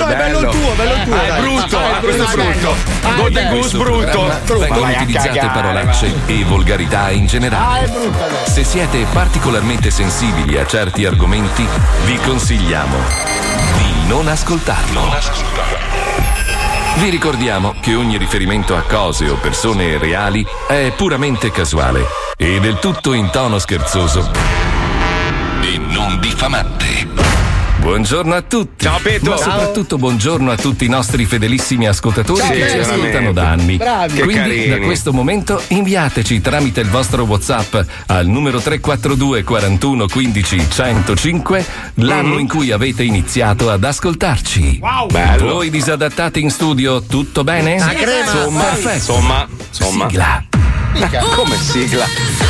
è bello il tuo, è brutto, questo è brutto. Golden Goose brutto. Vengono utilizzate parolacce e volgarità in generale. Se siete particolarmente sensibili a certi argomenti, vi consigliamo di non ascoltarlo. Vi ricordiamo che ogni riferimento a cose o persone reali è puramente casuale e del tutto in tono scherzoso e non diffamante. Buongiorno a tutti. Ciao Peto. Ma soprattutto buongiorno a tutti i nostri fedelissimi ascoltatori che ci ascoltano da anni. Bravi. Quindi carini. da questo momento inviateci tramite il vostro WhatsApp al numero 342 41 15 105 l'anno in cui avete iniziato ad ascoltarci. Wow. Bello. Voi disadattati in studio, tutto bene? Insomma, Perfetto. Sigla. Come sigla?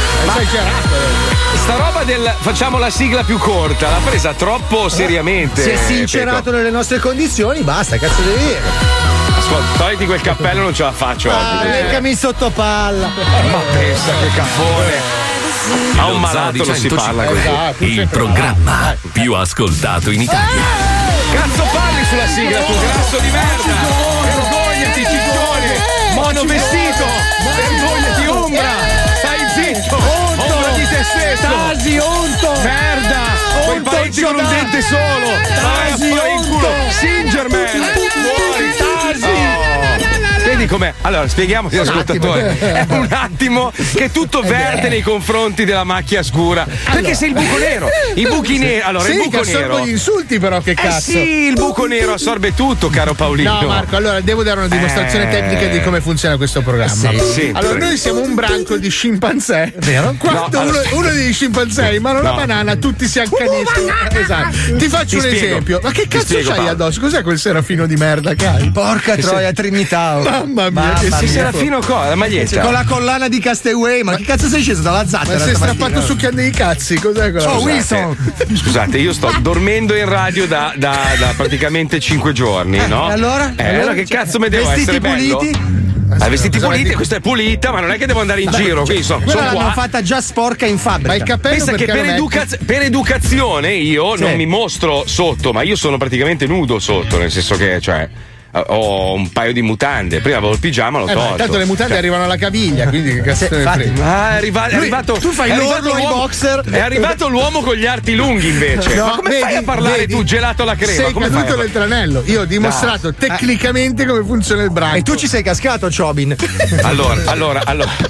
Sta roba del facciamo la sigla più corta l'ha presa troppo seriamente. Si è sincerato nelle nostre condizioni, basta, cazzo devi dire. Ascolta, togliti quel cappello, non ce la faccio oggi. Leccami sotto palla. Ma pensa che caffone. A un Lo malato Zoo non si 105, parla così. il programma più ascoltato in Italia. Cazzo parli sulla sigla, tu grasso di merda! Vergognati, ciccione! Mono vestito! Vergognati, ombra! Stai zitto! Ombra di te stesso! Tasi, onto! Merda! Quei parenti con un dente solo! Vai a fare in culo! Singerman! Fuori! Tasi! Vedi com'è? Allora, spieghiamo agli ascoltatori. È un attimo che tutto verte nei confronti della macchia scura. Perché sei il buco nero. I buchi neri. Allora, sì, il buco che assorbo nero. gli insulti, però, che cazzo. Sì, il buco nero assorbe tutto, caro Paolino. No, Marco, allora devo dare una dimostrazione tecnica di come funziona questo programma. Sì, allora, prego. noi siamo un branco di scimpanzé, vero? Quando uno degli scimpanzé in mano una banana, tutti si accaniscono. Esatto. Ti faccio un spiego. esempio. Ma che cazzo spiego, c'hai Paolo. addosso? Cos'è quel serafino di merda che hai? Porca troia, Trinità. Mamma mia, che Che schifo. serafino cosa? La maglietta. Con la collana di Castaway, ma che cazzo sei sceso dalla Ma zattera? sei stamattina? strappato succhiando i cazzi, cos'è quella? Oh, cosa? Wilson. Scusate, io sto dormendo in radio da praticamente 5 giorni, no? E allora? Allora che cazzo mi devo Vestiti essere bello? puliti? Vestiti cosa puliti, metti? questa è pulita, ma non è che devo andare in giro, quindi sono Quella l'hanno qua. fatta già sporca in fabbrica. Ma il cappello Pensa che perché per educazione io non mi mostro sotto, ma io sono praticamente nudo sotto, nel senso che, cioè, ho un paio di mutande. Prima avevo il pigiama, l'ho tolto. Tanto le mutande arrivano alla caviglia, quindi che cazzo ne frega. Ah, è arrivato. tu fai è l'orlo arrivato ai l'uomo- boxer. È arrivato l'uomo con gli arti lunghi invece. No, ma come fai a parlare tu, gelato alla crema? Sei Come fai caduto a- nel tranello. Io ho dimostrato tecnicamente come funziona il branco. E tu ci sei cascato, Chobin. Allora,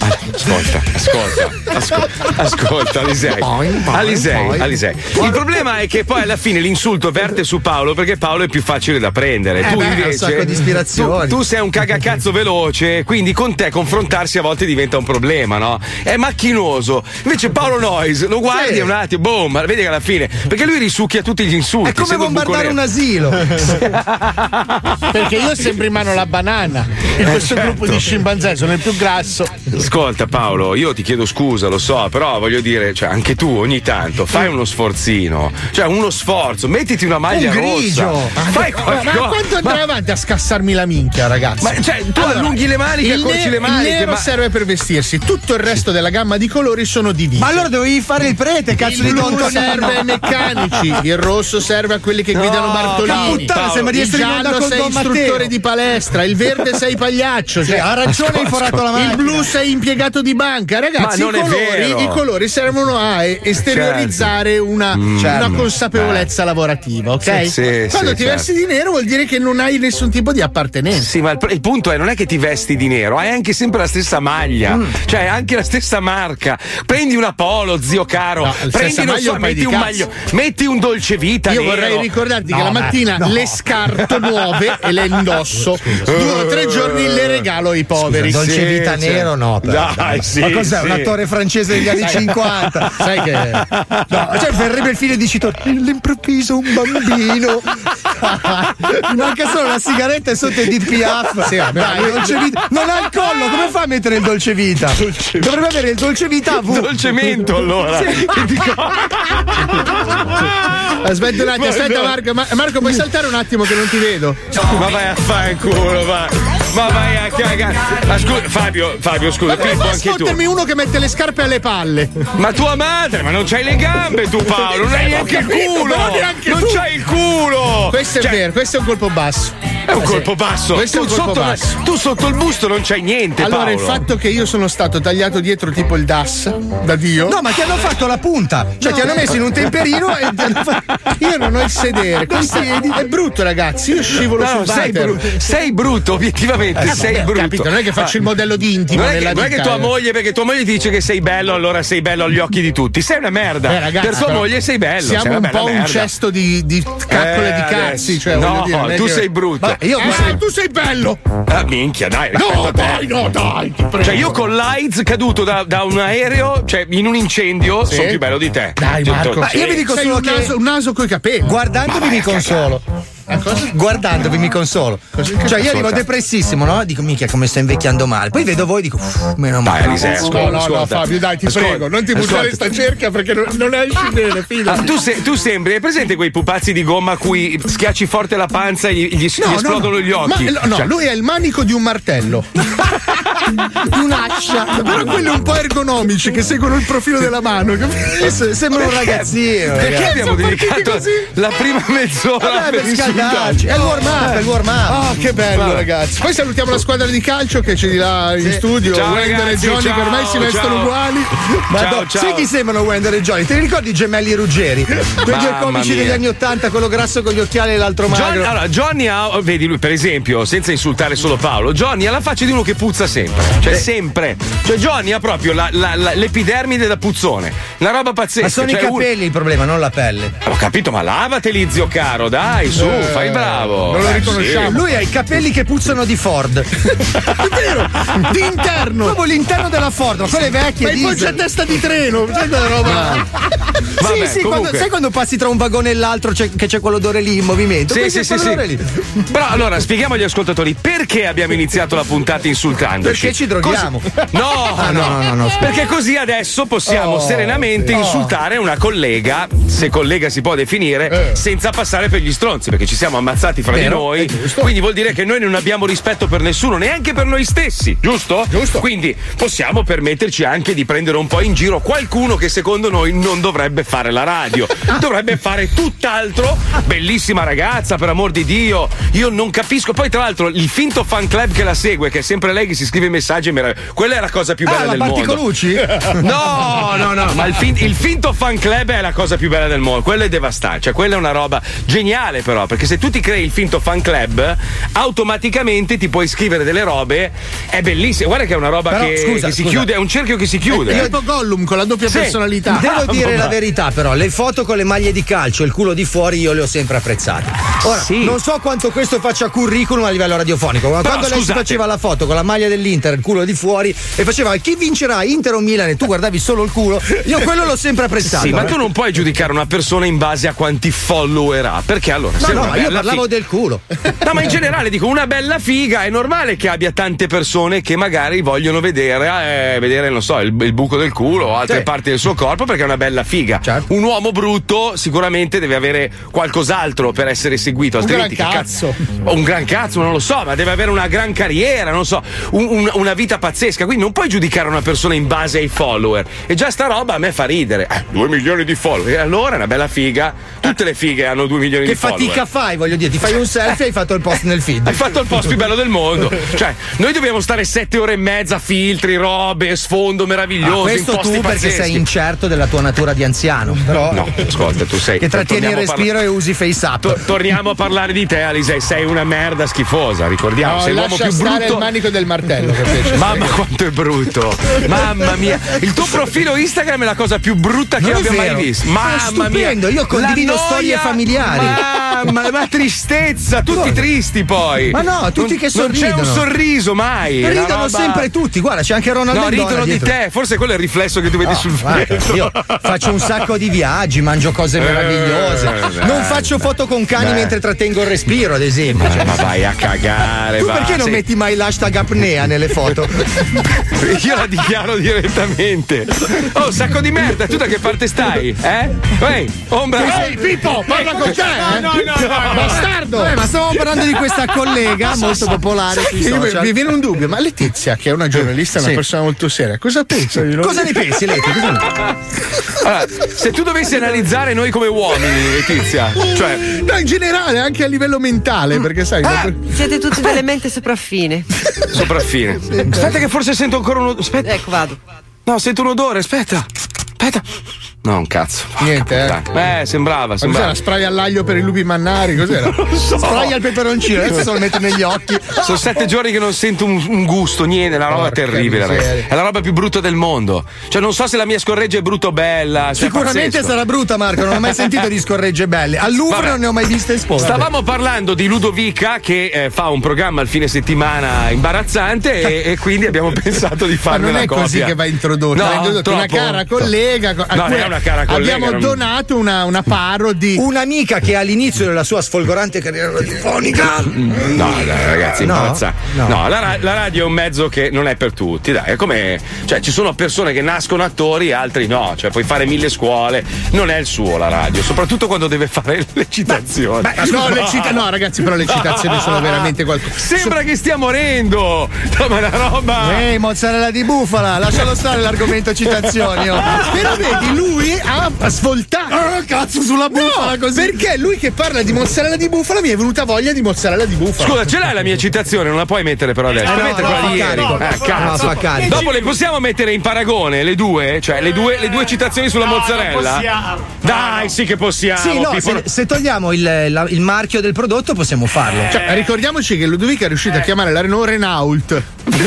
ascolta, Alisei. Il problema è che poi alla fine l'insulto verte su Paolo perché Paolo è più facile da prendere. Tu beh, invece un sacco di ispirazioni. tu sei un cagacazzo veloce, quindi con te confrontarsi a volte diventa un problema, no? È macchinoso. Invece Paolo Noyes lo guardi un attimo, boom, vedi che alla fine, perché lui risucchia tutti gli insulti. È come essendo bombardare un buco asilo. Perché io ho sempre in mano la banana. E questo gruppo di scimpanzé sono il più grasso. nero. Ascolta Paolo, io ti chiedo scusa, lo so, però voglio dire, cioè anche tu ogni tanto fai uno sforzino, cioè uno sforzo, mettiti una maglia Un grigio. rossa. Fai Ma qualcosa. quanto andrai avanti a scassarmi la minchia, ragazzi? Ma cioè, tu allunghi le maniche, accorci le il maniche, nero ma serve per vestirsi, tutto il resto della gamma di colori sono divisi. Ma allora dovevi fare il prete, cazzo di il blu tonto. serve ai meccanici, il rosso serve a quelli che guidano Bartolini. puttana, sembra di il essere in onda giallo con sei Don istruttore Matteo. di palestra, il verde sei pagliaccio. Cioè, arancione hai forato la macchina. il blu sei impiegato di banca, ragazzi. Ma non è vero. I colori servono a esteriorizzare una consapevolezza lavorativa, ok? Sì, Quando sì, ti vesti di nero vuol dire che non hai nessun tipo di appartenenza. Sì, ma il punto è non è che ti vesti di nero, hai anche sempre la stessa maglia, cioè anche la stessa marca. Prendi una Polo, zio caro, No, prendi, stessa non maglia so, o un paio metti di un cazzo? maglio, metti un dolce vita Io nero. vorrei ricordarti che la mattina le scarto nuove e le indosso. 2 o 3 giorni le regalo ai poveri. Dolce vita nero, no. però. Dai, sì. Ma cos'è? sì. Un attore francese degli anni 50? Sai che No, cioè verrebbe il figlio di Cito. All'improvviso un bambino. Mi manca solo la sigaretta e sotto Edith Piaf. Sì, vabbè, Dai, dolce vita. Non ha il collo, come fa a mettere il dolce vita? Dovrebbe avere il dolce vita a V. Dolcemento allora. Che dico- aspetta un attimo, aspetta Marco, Marco puoi saltare un attimo che non ti vedo? Ma vai a fare in culo, va. Ma vai a cagare. Fabio, scusa, Pippo, anche tu. Fottermi uno che mette le scarpe alle palle. Ma tua madre, ma non c'hai le gambe tu, Paolo, non hai neanche il culo. Non c'hai il culo. Questo è vero, questo è un colpo basso. È un colpo basso. Questo è un colpo basso. Tu sotto il busto non c'hai niente, allora, Paolo. il fatto che io sono stato tagliato dietro tipo il DAS da Dio. No, ma ti hanno fatto la punta. Cioè, ti hanno messo in un temperino e ti hanno fatto... Io non ho il sedere. Questo è brutto, ragazzi. Io scivolo sul sei brutto, obiettivamente. Sei brutto. Capito? Non è che faccio il modello di intimo nella vita. Non è che tua moglie, perché tua moglie ti dice che sei bello, allora sei bello agli occhi di tutti. Sei una merda. Ragazzi, per tua moglie sei bello. Siamo sei un po' merda. un cesto di caccole e di cazzi. Cioè, no, dire, tu sei brutto. Tu sei bello. Minchia, dai. Dai, ti prego. Cioè, io con l'AIDS caduto da un aereo, cioè in un incendio, sono più bello di te. Dai, Marco. Io vi dico solo un naso coi capelli. Guardandovi mi consolo. Guardandovi mi consolo. Cioè, io arrivo depressissimo, no? Dico, minchia, come sto invecchiando male. Poi vedo voi, dico, meno male. No, Fabio, dai, ti prego, non ti buttare in sta cerchia perché non esci bene, fidati. Tu sembri, hai presente quei pupazzi di gomma a cui schiacci forte la panza e gli esplodono gli occhi? Cioè, lui è il manico di un martello. Di un'ascia. Però quelli un po' ergonomici che seguono il profilo della mano. Sembra un ragazzino. Perché abbiamo dedicato la prima mezz'ora per scaldarci? È il warm up, Oh, che bello, ragazzi. Poi salutiamo la squadra di calcio che c'è di là in studio. Ciao, Wender ragazzi, e Johnny che ormai si vestono uguali. Ciao. Sai chi sembrano Wender e Johnny? Te li ricordi i gemelli Ruggeri? Quei due comici degli anni '80, quello grasso con gli occhiali e l'altro magro. Allora, Johnny ha, vedi lui per esempio, senza insultare solo Paolo, Johnny ha la faccia di uno che puzza sempre. Cioè sempre. Cioè Johnny ha proprio l'epidermide da puzzone. Una roba pazzesca. Ma sono i capelli il problema, non la pelle. Ho capito, ma lavateli, zio caro, dai, su, fai il bravo. Non lo riconosciamo. Sì. Lui ha i capelli che puzzano di Ford. È vero, di interno. Proprio l'interno della Ford, ma quelle vecchie. Ma poi c'è testa di treno, sai quella roba. Vabbè, sì, sai quando passi tra un vagone e l'altro che c'è quell'odore lì in movimento? Sì. Lì. Però allora spieghiamo agli ascoltatori perché abbiamo iniziato la puntata insultandoci. Perché ci droghiamo. No. Perché così adesso possiamo serenamente insultare una collega, se collega si può definire, senza passare per gli stronzi, perché ci siamo ammazzati fra di noi. Quindi vuol dire che noi non abbiamo rispetto per nessuno, neanche per noi stessi, giusto? Quindi possiamo permetterci anche di prendere un po' in giro qualcuno che secondo noi non dovrebbe fare la radio, dovrebbe fare tutt'altro. Bellissima ragazza, per amor di Dio, io non capisco. Poi tra l'altro il finto fan club che la segue, che è sempre lei che si scrive i messaggi, quella è la cosa più bella del mondo. Particolucci? No, ma il finto fan club è la cosa più bella del mondo, quello è devastante, cioè quella è una roba geniale, però, perché se tu ti crei il finto fan club automaticamente ti puoi scrivere delle robe, è bellissimo. Guarda che è una roba che si chiude, è un cerchio che si chiude. Io tipo Gollum con la doppia personalità. Devo dire la verità, però, le foto con le maglie di calcio e il culo di fuori io le ho sempre apprezzate. Ora, non so quanto questo faccia curriculum a livello radiofonico, ma quando lei si faceva la foto con la maglia dell'Inter, il culo di fuori, e faceva chi vincerà, Inter o Milan, e tu guardavi solo il culo, io quello l'ho sempre apprezzato. Sì, ma tu non puoi giudicare una persona in base a quanti follower ha, perché allora ma io parlavo del culo. No, ma in generale dico, una bella figa è normale che abbia tante persone che magari vogliono vedere non so, il buco del culo o altre parti del suo corpo, perché è una bella figa. Certo. Un uomo brutto sicuramente deve avere qualcos'altro per essere seguito, altrimenti un gran cazzo, non lo so, ma deve avere una gran carriera, non so, una vita pazzesca, quindi non puoi giudicare una persona in base ai follower. E già sta roba a me fa ridere. 2 milioni di follower, e allora è una bella figa. Tutte le fighe hanno 2 milioni di follower. Che fatica fai, voglio dire, ti fai un selfie e hai fatto il post nel feed. Hai fatto il post più bello del mondo. Cioè, noi dobbiamo stare 7 ore e mezza, filtri, robe, sfondo meraviglioso. Questo tu perché pazzeschi. sei incerto della tua natura di anziano. Però no, ascolta, tu sei che trattieni il respiro e usi FaceApp. Torniamo a parlare di te, Alise. Sei una merda schifosa, ricordiamo. No, sei l'uomo più brutto. Il manico del martello. Mamma quanto è brutto. Mamma mia. Il tuo profilo Instagram è la cosa più brutta che abbia mai visto. Mamma mia. Io condivido storie familiari. Ma tristezza, tutti tristi poi. Ma no, tutti che sorridono. Non c'è un sorriso mai. Ridono sempre tutti. Guarda, c'è anche Ronaldo. No, ridono di te. Forse quello è il riflesso che tu vedi sul vetro. Io faccio un sacco sacco di viaggi, mangio cose meravigliose. Non faccio foto con cani mentre trattengo il respiro, ad esempio. Ma vai a cagare. Tu perché non metti mai l'hashtag apnea nelle foto? Io la dichiaro direttamente. Oh, sacco di merda, tu da che parte stai? Ehi, ombra. Ehi, Pippo, parla con te. No. Bastardo. Ma stavamo parlando di questa collega molto popolare. Mi viene un dubbio, ma Letizia, che è una giornalista, una persona molto seria, cosa pensa di noi? Cosa ne pensi, Leti? Allora, se tu dovessi analizzare noi come uomini, Letizia, cioè. No, in generale, anche a livello mentale, perché sai. Siete tutti delle mente sopraffine. Sopraffine. Aspetta, che forse sento ancora uno. Aspetta. Ecco, vado. No, sento un odore, aspetta. No, un cazzo. Niente, sembrava. Cos'era? Spray all'aglio per i lupi mannari? Cos'era? Non lo so. Spray al peperoncino, adesso se lo metto negli occhi. Sono 7 giorni che non sento un gusto, niente, è una roba terribile, ragazzi. È la roba più brutta del mondo. Cioè, non so se la mia scorreggia è brutta o bella. Sicuramente sarà brutta, Marco. Non ho mai sentito di scorregge belle. Al Louvre non ne ho mai viste esposte. Stavamo parlando di Ludovica che fa un programma al fine settimana imbarazzante e quindi abbiamo pensato di farne una copia. Ma non è così che va introdotto. Va introdotto una cara collega. Non è una cara collega. Abbiamo donato una parodi. Un'amica che all'inizio della sua sfolgorante carriera radiofonica. No, ragazzi, no. La radio è un mezzo che non è per tutti, dai, è come. Cioè, ci sono persone che nascono attori, altri no. Cioè, puoi fare 1000 scuole, non è il suo la radio, soprattutto quando deve fare le citazioni. No, ragazzi, però le citazioni sono veramente qualcosa. Sembra che stia morendo! No, ma la roba. Mozzarella di bufala, lascialo stare l'argomento citazioni. Però vedi, lui ha svoltato cazzo sulla bufala così. Perché lui che parla di mozzarella di bufala mi è venuta voglia di mozzarella di bufala. Scusa, ce l'hai la mia citazione? Non la puoi mettere però adesso. Puoi mettere quella di ieri. Cazzo. Dopo le possiamo mettere in paragone le due? Cioè le due citazioni sulla mozzarella? Dai, sì che possiamo. Sì, no, se togliamo il marchio del prodotto possiamo farlo. Cioè, ricordiamoci che Ludovica è riuscita a chiamare la Renault Renault.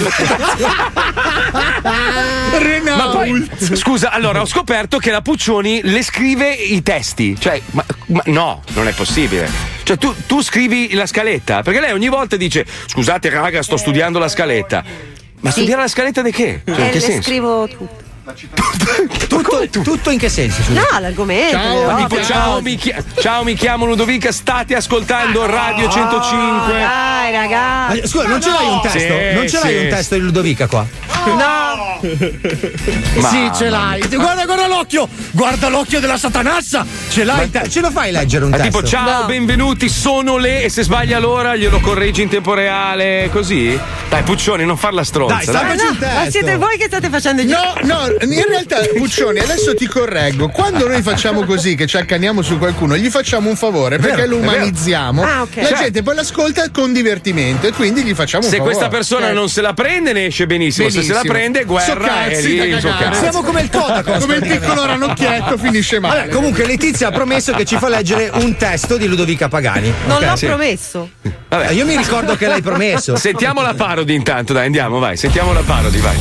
Ma poi, scusa, allora ho scoperto che la Puccioni le scrive i testi. Cioè, ma no, non è possibile. Cioè, tu scrivi la scaletta, perché lei ogni volta dice: scusate, raga, sto studiando la scaletta. Ma studiare la scaletta di che? Cioè, in che senso? Scrivo tutto. Tutto in che senso? No, l'argomento. Ciao, mi chiamo Ludovica, state ascoltando Radio 105. Dai, ragazzi. Scusa, non ce l'hai un testo? Non ce l'hai un testo di Ludovica qua? No. Sì, ce l'hai. Guarda l'occhio! Guarda l'occhio della satanassa! Ce l'hai? Ce lo fai leggere un testo? Tipo, ciao, benvenuti, sono le. E se sbaglia l'ora glielo correggi in tempo reale, così? Dai, Puccioni, non farla stronza. Dai, stammaci un testo. Ma siete voi che state facendo il No, in realtà, Puccioni, adesso ti correggo. Quando noi facciamo così, che ci accaniamo su qualcuno, gli facciamo un favore perché lo umanizziamo. Okay. La gente poi l'ascolta con divertimento e quindi gli facciamo un favore. Se questa persona non se la prende, ne esce benissimo. Se se la prende, guerra e lì. Siamo come il Kodakos. Come il piccolo ranocchietto, finisce male. Vabbè, comunque Letizia ha promesso che ci fa leggere un testo di Ludovica Pagani. Non l'ho promesso. Vabbè. Io mi ricordo che l'hai promesso. Sentiamo la parodi intanto, dai, andiamo, vai. Sentiamo la parodi, vai.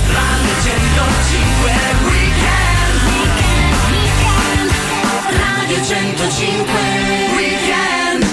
Radio 105 Weekend.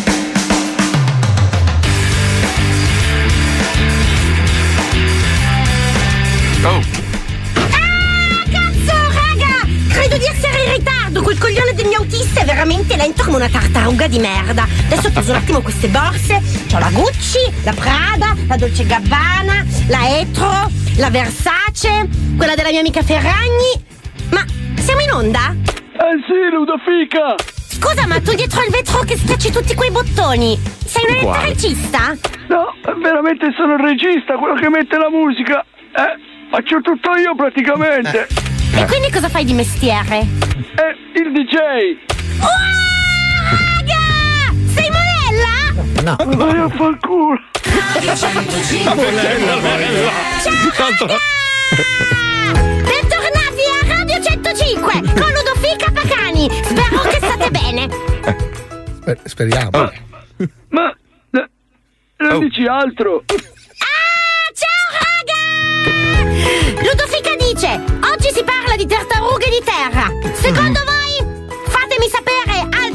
Oh. Cazzo, raga! Credo di essere in ritardo. Quel coglione del mio autista è veramente lento come una tartaruga di merda. Adesso ho preso un attimo queste borse. C'ho la Gucci, la Prada, la Dolce Gabbana, la Etro, la Versace, quella della mia amica Ferragni. Ma siamo in onda? Sì, Ludovica! Scusa, ma tu dietro al vetro che schiacci tutti quei bottoni, sei un regista? No, veramente sono il regista, quello che mette la musica. Faccio tutto io praticamente. E quindi cosa fai di mestiere? Il DJ. Raga! Sei Morella? No. Vai a far culo. Radio 105 Ciao! Bentornati a Radio 105 con Ludovica Pagani. Spero che state bene. Speriamo. Ma non dici altro? Ciao raga! Ludovica dice: oggi si parla di tartarughe di terra. Secondo voi? Fatemi sapere al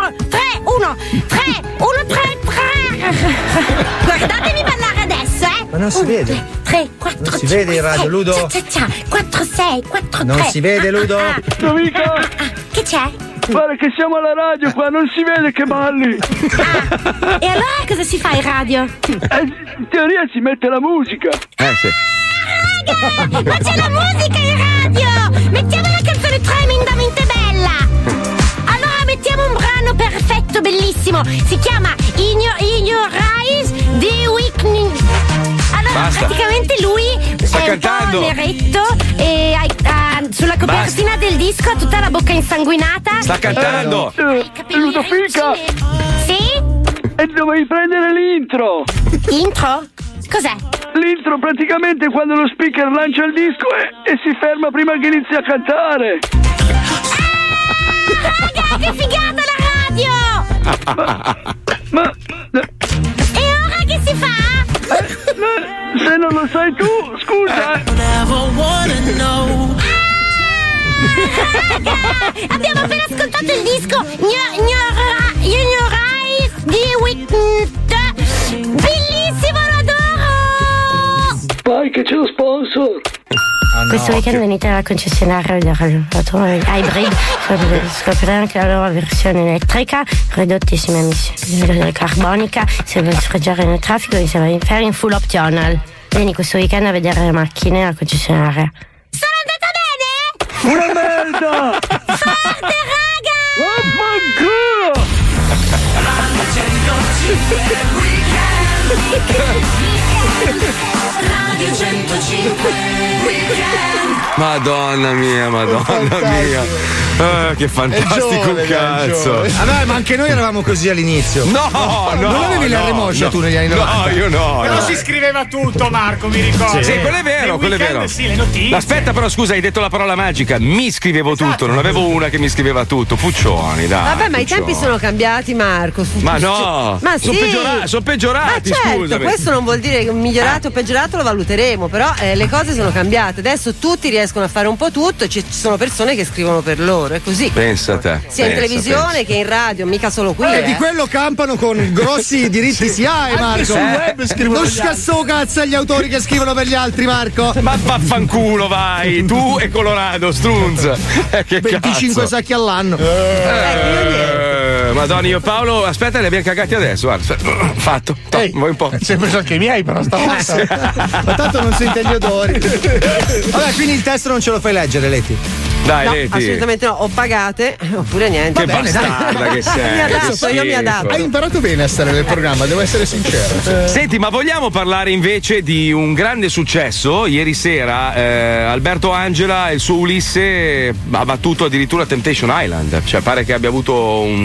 3434313133. Guardatemi ballare adesso, non si vede. 3, 4, non si vede il radio, Ludo. 4, 6, 4, 3. Non si vede, Ludo. Amica, che c'è? guarda che siamo alla radio qua, non si vede che balli. E allora cosa si fa in radio? In teoria si mette la musica. Sì. Raga, ma c'è la musica in radio! Mettiamo una canzone tremendamente bella! Allora mettiamo un brano perfetto, bellissimo! Si chiama In Your Eyes The Weekend. Allora Basta. praticamente lui sta è cantando. un po' neretto e sulla copertina del disco ha tutta la bocca insanguinata. Sta cantando. Ludo Fica. Sì? E dovevi prendere l'intro. Intro? Cos'è? L'intro praticamente quando lo speaker lancia il disco e si ferma prima che inizi a cantare. Raga, che figata la radio! E ora che si fa? Se non lo sai tu, scusa. Raga, abbiamo appena ascoltato il disco In Your Eyes The Weekend. Bellissimo, lo adoro! Vai che c'è lo sponsor. Questo weekend venite alla concessionaria del radiatore Hybrid, scoprirete anche la loro versione elettrica, ridottissima emissione carbonica, se vuoi sfreggiare nel traffico e se vuoi fare in full optional. Vieni questo weekend a vedere le macchine alla concessionaria. Sono andata bene? Una merda! Forte, raga! Vaffanculo! Radio 105 Weekend. Madonna mia. Che fantastico cazzo. Vabbè, ma anche noi eravamo così all'inizio. No. Non avevi la remoscia tu negli anni 90? No, io no. Però si scriveva tutto, Marco, mi ricordo. Sì, quello è vero, quello è vero. Sì, le notizie. Aspetta, però scusa, hai detto la parola magica. Mi scrivevo tutto, non avevo una che mi scriveva tutto. Puccioni, dai. Vabbè, ma i Puccioni. tempi sono cambiati, Marco. Ma no! Ma sono sì. sono peggiorati, Ma certo, scusami. questo non vuol dire che migliorato o peggiorato lo valuteremo, però le cose sono cambiate. Adesso tutti riescono a fare un po' tutto e ci sono persone che scrivono per loro, è così. Pensa a te. Sia in televisione che in radio, mica solo qui. Di quello campano con grossi diritti SIAE, Marco. sul web scrivono Non gli altri. scasso cazzo agli autori che scrivono per gli altri, Marco. Ma vaffanculo vai, tu e Colorado, strunz. Che 25 cazzo. sacchi all'anno. Madonna, io e Paolo, aspetta, li abbiamo cagati adesso, guarda. Fatto. Vuoi un po'? Sempre so che i miei, però stavolta. Ma tanto non sente gli odori. Vabbè, quindi il testo non ce lo fai leggere, Leti. Dai, No, Leti. assolutamente no, o pagate oppure niente. Che bastarda che sei. Mi adatto, io mi adatto. Hai imparato bene a stare nel programma, devo essere sincero. Senti, ma vogliamo parlare invece di un grande successo? Ieri sera Alberto Angela e il suo Ulisse ha battuto addirittura Temptation Island. Cioè, pare che abbia avuto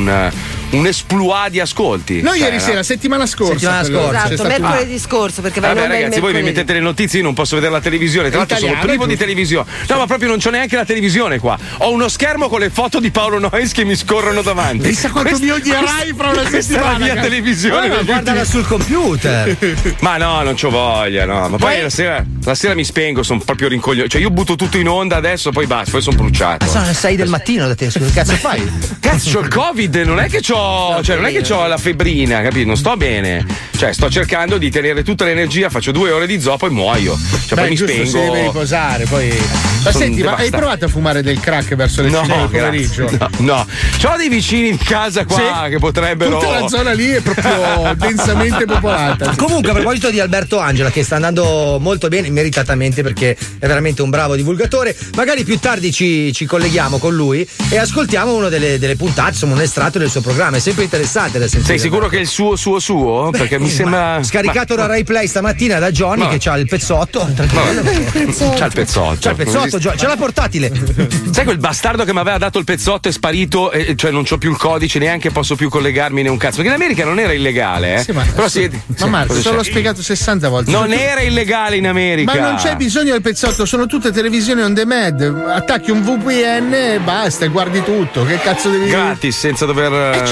un esploit di ascolti. No, Cioè, ieri sera, settimana scorsa. Esatto, mercoledì scorso, perché vai in Vabbè, onda il ragazzi, voi mi mercoledì. mettete le notizie, io non posso vedere la televisione. Tra l'altro sono Italiano, privo di televisione. No, ma proprio non c'ho neanche la televisione qua. Ho uno schermo con le foto di Paolo Noyes che mi scorrono davanti. Chissà quanto mi odierai fra una Questa è settimana. la mia televisione. Ma guardala sul computer. Ma no, non c'ho voglia, no. Ma poi la sera mi spengo, sono proprio rincoglionito. Cioè, io butto tutto in onda adesso, poi basta, poi sono bruciato. Sono le 6 del mattino da te, che cazzo fai? Cazzo, c'ho il Covid, non è che c'ho. Cioè, non è che c'ho la febbrina, capito? Non sto bene. Cioè, sto cercando di tenere tutta l'energia, faccio 2 ore di zoo, poi muoio. Cioè, poi mi giusto, spengo. si deve riposare, poi. Ma Sono senti, ma hai devastato. provato a fumare del crack verso le 5 del pomeriggio? No. C'ho dei vicini di casa qua che potrebbero. Tutta la zona lì è proprio densamente popolata. Comunque, a proposito di Alberto Angela, che sta andando molto bene, meritatamente, perché è veramente un bravo divulgatore, magari più tardi ci colleghiamo con lui e ascoltiamo una delle puntate, insomma, un estratto del suo programma. È sempre interessante da sentire. Sei sicuro che è il suo? Perché mi sembra. Scaricato da Rai Play stamattina da Johnny, che c'ha il pezzotto. C'ha il pezzotto. C'ha il pezzotto, c'ha la portatile. Sai quel bastardo che mi aveva dato il pezzotto è sparito, cioè non c'ho più il codice, neanche posso più collegarmi né un cazzo. Perché in America non era illegale, Sì, ma, Però ma Marco, te l'ho c'è? spiegato 60 volte. Non era illegale in America. Ma non c'è bisogno del pezzotto, sono tutte televisioni on demand. Attacchi un VPN e basta, e guardi tutto. Che cazzo devi. Gratis, senza dover.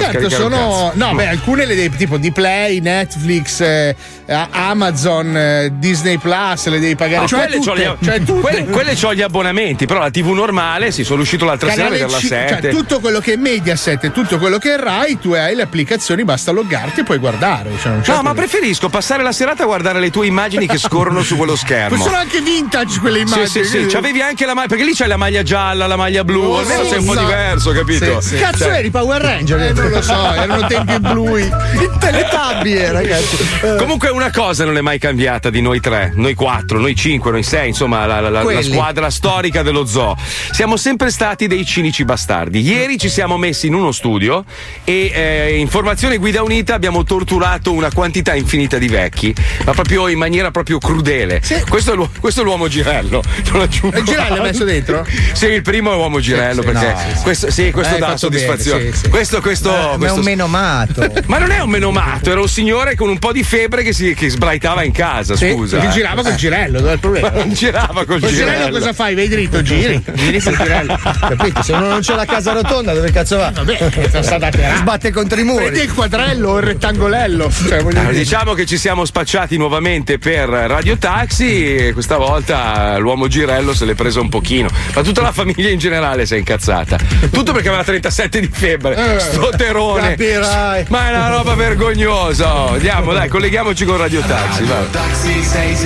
certo, sono. No, beh, alcune le devi tipo di Play, Netflix, Amazon, Disney Plus, le devi pagare. Quelle c'ho gli abbonamenti, però la TV normale, sono uscito l'altra sera a vederla a 7. Cioè, tutto quello che è Mediaset e tutto quello che è Rai, tu hai le applicazioni, basta loggarti e puoi guardare. Cioè, ma preferisco passare la serata a guardare le tue immagini che scorrono su quello schermo. Ma sono anche vintage quelle immagini. Sì. C'avevi anche la maglia, perché lì c'hai la maglia gialla, la maglia blu, almeno sei un po' diverso, capito? Sì. Cazzo, eri Power Ranger? Non lo so, erano tempi blu. Il Teletubby, ragazzi. Comunque una cosa non è mai cambiata di noi 3, noi 4, noi 5, noi 6, insomma la squadra storica dello zoo. Siamo sempre stati dei cinici bastardi. Ieri ci siamo messi in uno studio e in formazione Guida Unita abbiamo torturato una quantità infinita di vecchi, ma proprio in maniera proprio crudele. Sì. Questo è l'uomo Girello. Il Girello è messo dentro? Sì, il primo è uomo Girello, perché questo dà soddisfazione. Bene, sì. Questo è un menomato. Ma non è un menomato, era un signore con un po' di febbre che sbraitava in casa, scusa. Che girava col Girello, dove è il problema? Ma non girava col Girello. Cosa fai? Vai dritto, giri col Girello. Capito? Se uno non c'è la casa rotonda, dove cazzo va? Vabbè, sbatte contro i muri. Vedi il quadrello o il rettangolello. Diciamo che ci siamo spacciati nuovamente per Radio Taxi e questa volta l'uomo Girello se l'è preso un pochino, ma tutta la famiglia in generale si è incazzata. Tutto perché aveva 37 di febbre. Sto terone. Capirai. Ma è una roba vergognosa. Andiamo, dai, colleghiamoci con Radio Taxi. Radio Taxi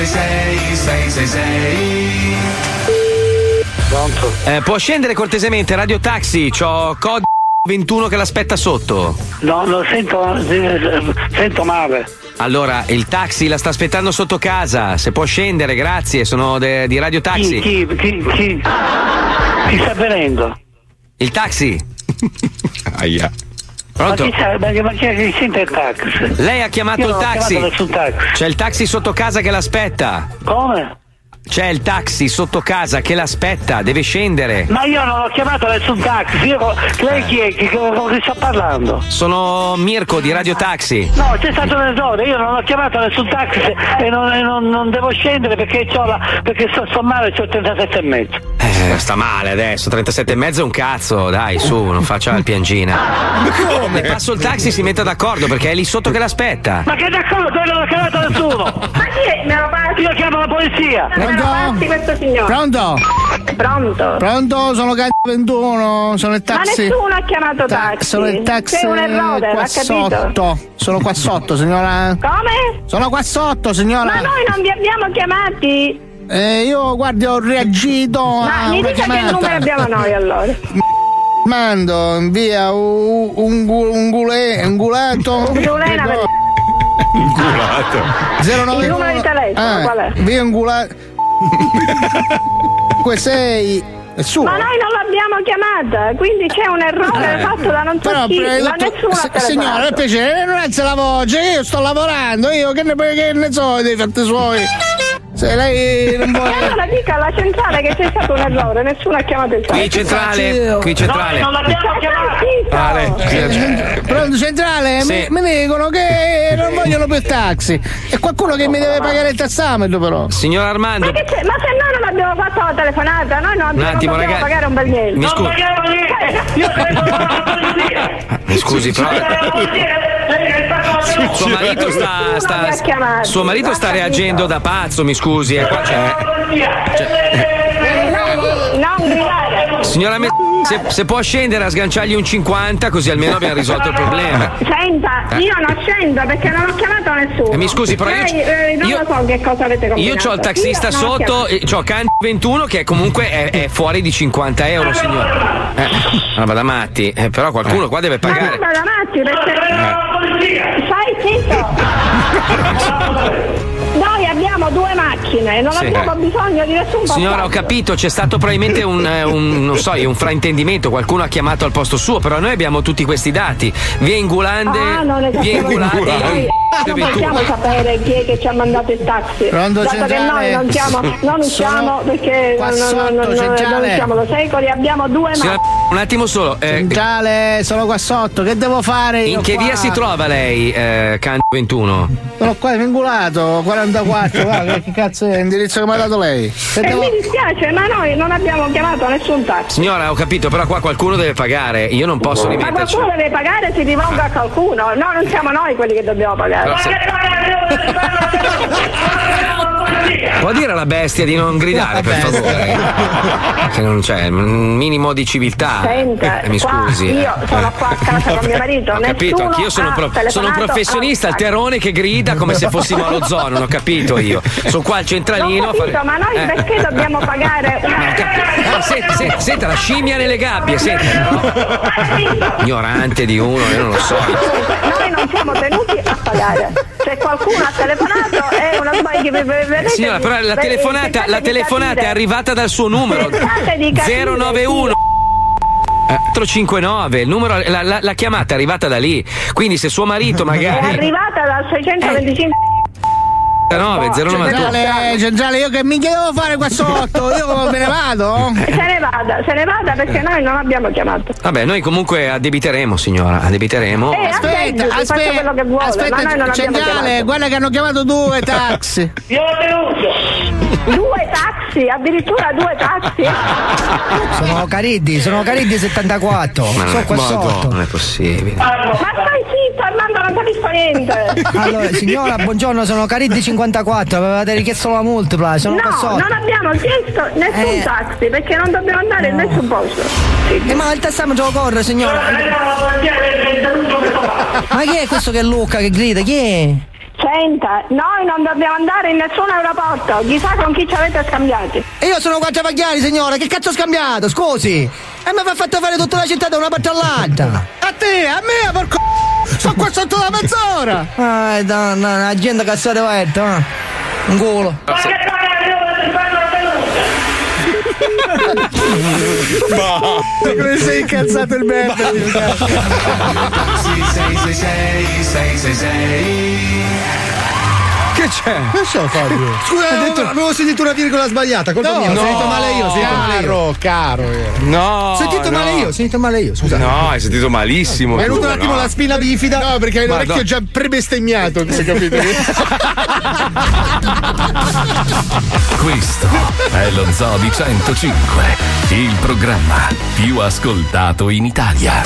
666. Pronto? Può scendere cortesemente, Radio Taxi, c'ho codice 21 che l'aspetta sotto. No, sento male. Allora, il taxi la sta aspettando sotto casa, se può scendere, grazie, sono di Radio Taxi. Chi sta venendo? Il taxi? Aia. Pronto? Ma chi sente il taxi? Lei ha chiamato il taxi? C'è il taxi sotto casa che l'aspetta. Come? C'è il taxi sotto casa che l'aspetta, deve scendere. Ma io non ho chiamato nessun taxi, lei chi è? Con chi sta parlando? Sono Mirko di Radio Taxi. No, c'è stato un errore, io non ho chiamato nessun taxi e non devo scendere perché sto male, c'ho 37 e mezzo. Sta male adesso, 37 e mezzo è un cazzo, dai, su, non faccia il piangina. Ma come? Le passo il taxi, si metta d'accordo perché è lì sotto che l'aspetta. Ma che d'accordo? Io non ho chiamato nessuno. Ma chi è? Me lo passi? Io chiamo la polizia. Me lo passi questo signore? Pronto? Pronto, sono C21, sono il taxi. Ma nessuno ha chiamato taxi. Sono il taxi. C'è un errore, qua l'ha capito? Sotto. Sono qua sotto, signora. Come? Sono qua sotto, signora. Ma noi non vi abbiamo chiamati. Io guardi ho reagito. Ma mi dica che numero abbiamo noi allora. Mando in via ungulato. Ungulato. 091. Il numero di telefono qual è? Via ungulato. 6 su. Ma noi non l'abbiamo chiamata, quindi c'è un errore fatto da non so chi, ma nessuno ha telefonato. Signora, per piacere, non alza la voce, io sto lavorando, io che ne so dei fatti suoi. Se lei non vuole. Allora dica alla centrale che c'è stato un errore, nessuno ha chiamato il taxi. Qui centrale. No, non l'abbiamo chiamato. Pronto centrale? Sì. Mi dicono che non vogliono più taxi. E qualcuno che mi deve pagare il tassametro però. Signor Armando. Ma se noi non abbiamo fatto la telefonata, noi non dobbiamo pagare un bel niente. Mi scusi. Io credo la polizia. Mi scusi, però. Suo marito sta reagendo da pazzo, mi scusi. Qua c'è. Non gridare. Signora se può scendere a sganciargli un 50, così almeno abbiamo risolto il problema. Senta, io non scendo perché non ho chiamato nessuno. Mi scusi, però non lo so che cosa avete combinato. C'ho il taxista sotto, c'ho C21 che comunque è fuori di 50 euro, signore. Roba da matti, però qualcuno qua deve pagare. Roba da matti perché. Stai zitto! Noi abbiamo 2 macchine, non abbiamo bisogno di nessun passaggio. Signora, ho capito, c'è stato probabilmente un fraintendimento, qualcuno ha chiamato al posto suo, però noi abbiamo tutti questi dati. Via Ingulande. Non Non possiamo sapere chi è che ci ha mandato il taxi. Pronto, dato centrale. che noi non usciamo perché non usciamo da secoli, abbiamo due Signora, un attimo solo. Centrale, sono qua sotto, che devo fare io? In che via si trova lei, Can 21? Sono qua vinculato, 44, guarda, che cazzo è l'indirizzo che mi ha dato lei? Mi dispiace, ma noi non abbiamo chiamato nessun taxi. Signora, ho capito, però qua qualcuno deve pagare. Io non posso rimetterci. Ma qualcuno deve pagare, si rivolga a qualcuno. No, non siamo noi quelli che dobbiamo pagare. Può dire alla bestia di non gridare, per favore? Che non c'è un minimo di civiltà. Senta, mi scusi. Io sono qua a casa con mio marito. Ho capito, anch'io sono un professionista, il terrone che grida come se fossimo allo zoo, non ho capito io. Sono qua al centralino. Ho capito, ma noi perché dobbiamo pagare? Senta, la scimmia nelle gabbie, senta. Ignorante di uno, io non lo so. Noi non siamo tenuti a pagare. Se qualcuno ha telefonato è una sbaglia che vedete. Signora, però la telefonata è arrivata dal suo numero 091 459, il numero, la chiamata è arrivata da lì. Quindi se suo marito magari è arrivata dal 625 Centrale, io che minchia devo fare qua sotto? Io me ne vado? Se ne vada perché noi non abbiamo chiamato. Vabbè, noi comunque addebiteremo, signora, addebiteremo. Aspetta, quello che vuole, ma noi non Centrale, guarda che hanno chiamato 2 taxi. Io ho tenuto 2 taxi, addirittura 2 taxi. Sono Cariddi 74. Sono qua sotto. Non è possibile. Ma stai zitto, Armando, non capisco niente. Allora, signora, buongiorno, sono Cariddi 54, avevate richiesto la multipla, sono qua sotto. Non abbiamo chiesto nessun taxi perché non dobbiamo andare in nessun posto. Ma il tassametro corre, signora. Ma chi è questo che è Luca che grida? Chi è? Senta, noi non dobbiamo andare in nessun aeroporto, chissà con chi ci avete scambiati. E io sono Quattro Pagliari, signora, che cazzo ho scambiato? Scusi. E mi ha fatto fare tutta la città da una parte all'altra. A te, a me, porco. Sono qua sotto da mezz'ora. La gente cazzate vetta, un culo. Come sei incazzato il Beppe? 666 Che c'è? Che so, Fabio? Scusa, avevo sentito una virgola sbagliata, colpa mia. Ho sentito male io, Caro. No. Ho sentito male io, scusa. No, hai sentito malissimo. Mi è venuto un attimo la spina bifida. No, perché hai l'orecchio già prebestemmiato, hai capito? Questo è lo Zoo di 105, il programma più ascoltato in Italia.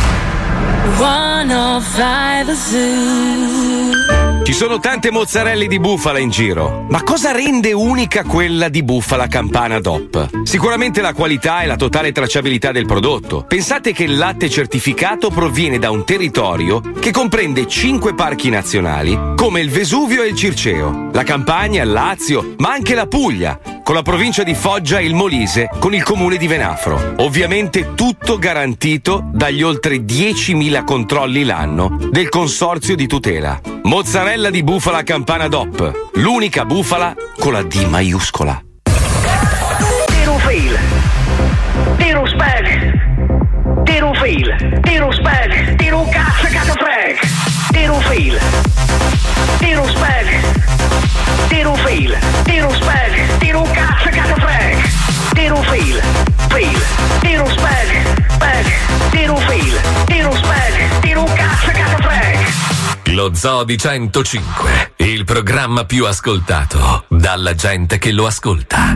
105 Zoo. Ci sono tante mozzarelle di bufala in giro, ma cosa rende unica quella di Bufala Campana DOP? Sicuramente la qualità e la totale tracciabilità del prodotto. Pensate che il latte certificato proviene da un territorio che comprende 5 parchi nazionali, come il Vesuvio e il Circeo, la Campania, il Lazio, ma anche la Puglia, con la provincia di Foggia e il Molise, con il comune di Venafro. Ovviamente tutto garantito dagli oltre 10.000 controlli l'anno del consorzio di tutela. Mozzarella di bufala Campana DOP, l'unica bufala con la D maiuscola. Tiro fil, tiro spec, tiro fil, tiro spec, tiro cazzo freg, tiro fil, tiro spec, tiro fil, tiro spec, tiro cazzo freg, tiro fil, tiro spec, tiro fil, tiro spec, tiro cazzo freg. Lo Zoo di 105, il programma più ascoltato dalla gente che lo ascolta.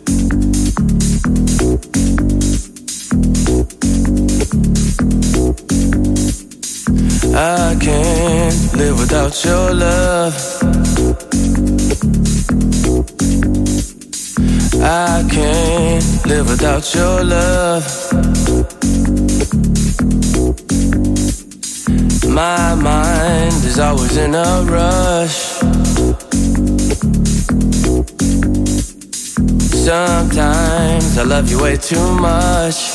I can't live without your love. I can't live without your love. My mind is always in a rush. Sometimes I love you way too much.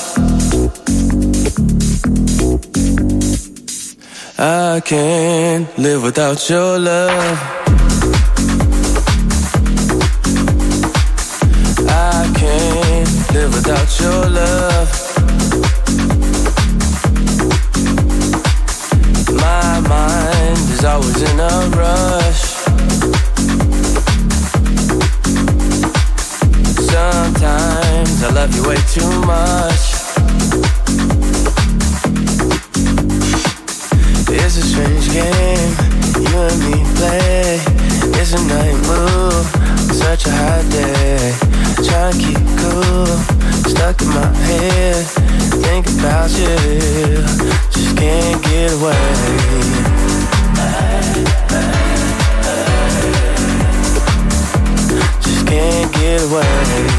I can't live without your love. I can't live without your love. My mind is always in a rush. away. Just can't get away.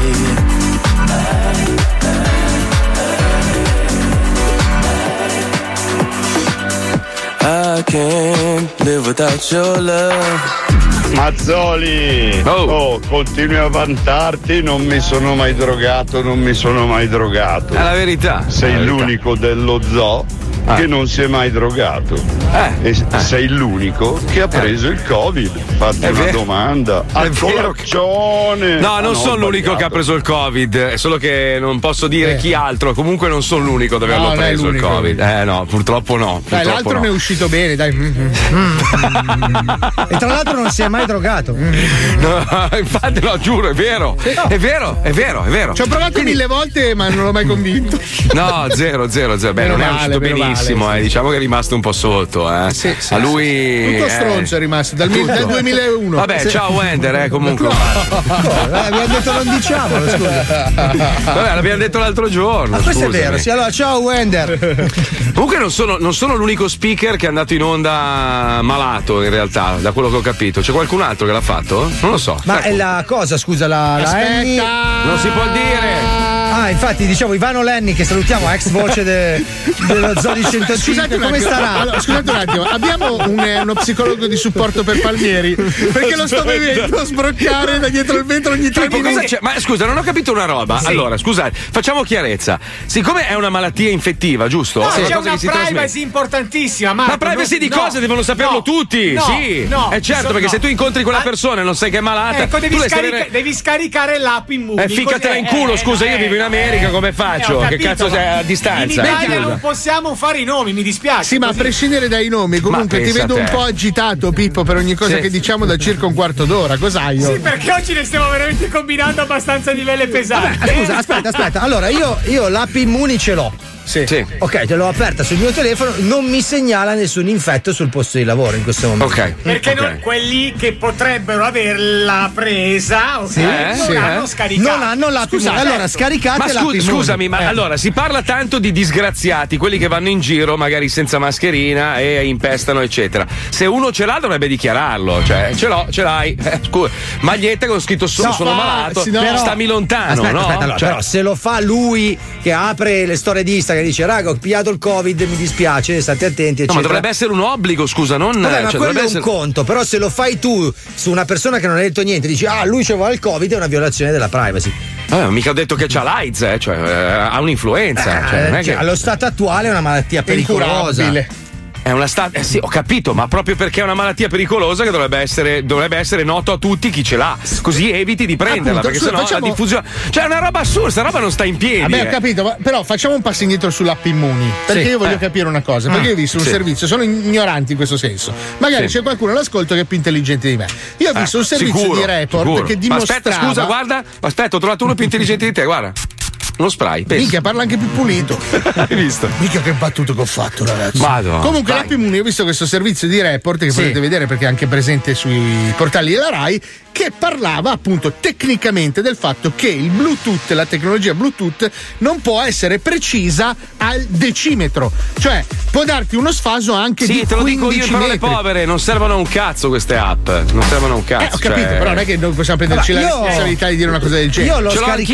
I can't live without your love. Mazzoli, continui a vantarti, non mi sono mai drogato. È la verità. Sei l'unico dello zoo che non si è mai drogato. Sei l'unico che ha preso il Covid. Fatti una domanda. È vero che... No, non sono l'unico che ha preso il Covid, è solo che non posso dire chi altro. Comunque non sono l'unico ad averlo preso il Covid. No, purtroppo no. Dai, l'altro ne è uscito bene, dai. E tra l'altro non si è mai drogato. No, infatti lo giuro, è vero. È vero. Ci ho provato 1000 volte, ma non l'ho mai convinto. No, zero. Beh, non è uscito benissimo, diciamo che è rimasto un po' sotto. Sì, a lui. Tutto stronzo è rimasto dal 2001. Vabbè, ciao Wender, comunque. Abbiamo detto non diciamolo, scusa. Vabbè, l'abbiamo detto l'altro giorno. Ma questo è vero, sì, allora ciao Wender. Comunque non sono l'unico speaker che è andato in onda malato, in realtà, da quello che ho capito. C'è qualcun altro che l'ha fatto? Non lo so. Ma è la cosa, scusa, la Lenny? Non si può dire. Infatti diciamo Ivano Lenny, che salutiamo, ex voce dello Zodi 105. Come starà? Allora, scusate un attimo, abbiamo uno psicologo di supporto per Palmieri, perché lo sto vedendo sbroccare da dietro il vetro ogni 3 minuti. Ma scusa, non ho capito una roba. Sì. Allora, scusate, facciamo chiarezza. Siccome è una malattia infettiva, giusto? No, è c'è una privacy importantissima, Marco. Ma privacy di cosa? Devono saperlo tutti. Certo, perché se tu incontri quella persona e non sai che è malata, ecco, devi scaricare l'app Immuni. Ficcatela in culo, scusa, io vivo in America, come faccio? Che cazzo c'è a distanza? In Italia non possiamo fare i nomi, mi dispiace. Sì, ma a prescindere dai nomi, comunque ti vedo un po' agitato, Pippo, per ogni cosa che diciamo da circa un quarto d'ora. Cos'hai? Sì, perché oggi ne stiamo veramente combinando abbastanza livelli pesanti. Vabbè, scusa, aspetta. Allora, io l'app Immuni ce l'ho. Sì. Ok, te l'ho aperta sul mio telefono, non mi segnala nessun infetto sul posto di lavoro in questo momento. Ok. Perché quelli che potrebbero averla presa non hanno scaricato. Non hanno l'app Immuni. Allora scaricate l'app Immuni. Scusami, ma allora si parla tanto di disgraziati, quelli che vanno in giro magari senza mascherina e impestano, eccetera. Se uno ce l'ha dovrebbe dichiararlo, cioè ce l'hai. Scusa, maglietta con scritto sono malato, stammi lontano, aspetta, allora, però se lo fa lui che apre le storie di Instagram che dice raga, ho pigliato il Covid, mi dispiace, state attenti, eccetera. No, ma dovrebbe essere un obbligo, scusa, non. Vabbè, ma quello è un conto, però se lo fai tu su una persona che non ha detto niente, dici lui c'aveva il Covid, è una violazione della privacy. Mica ho detto che c'ha l'AIDS, cioè ha un'influenza. Non è che... Allo stato attuale è una malattia pericolosa. È una sì, ho capito, ma proprio perché è una malattia pericolosa che dovrebbe essere noto a tutti chi ce l'ha. Così eviti di prenderla, perché sennò la diffusione. Cioè, è una roba assurda, sta roba non sta in piedi. Vabbè, ho capito, però facciamo un passo indietro sull'app Immuni. Perché io voglio capire una cosa. Perché io ho visto un servizio, sono ignoranti in questo senso. Magari c'è qualcuno all'ascolto che è più intelligente di me. Io ho visto un servizio di report che dimostrava. Ma aspetta, scusa, guarda, ho trovato uno più intelligente di te, guarda. Uno spray. Minchia, parla anche più pulito. Hai visto? Minchia, che battuto che ho fatto, ragazzi. Madonna, comunque, l'app Immuni, ho visto questo servizio di report che potete vedere perché è anche presente sui portali della Rai, che parlava appunto tecnicamente del fatto che il Bluetooth, la tecnologia Bluetooth, non può essere precisa al decimetro. Cioè, può darti uno sfaso anche di 15 metri. Sì, te lo dico io in parole povere, non servono a un cazzo queste app. Non servono a un cazzo. Ho capito, però non è che noi possiamo prenderci la responsabilità di dire una cosa del genere. Io l'ho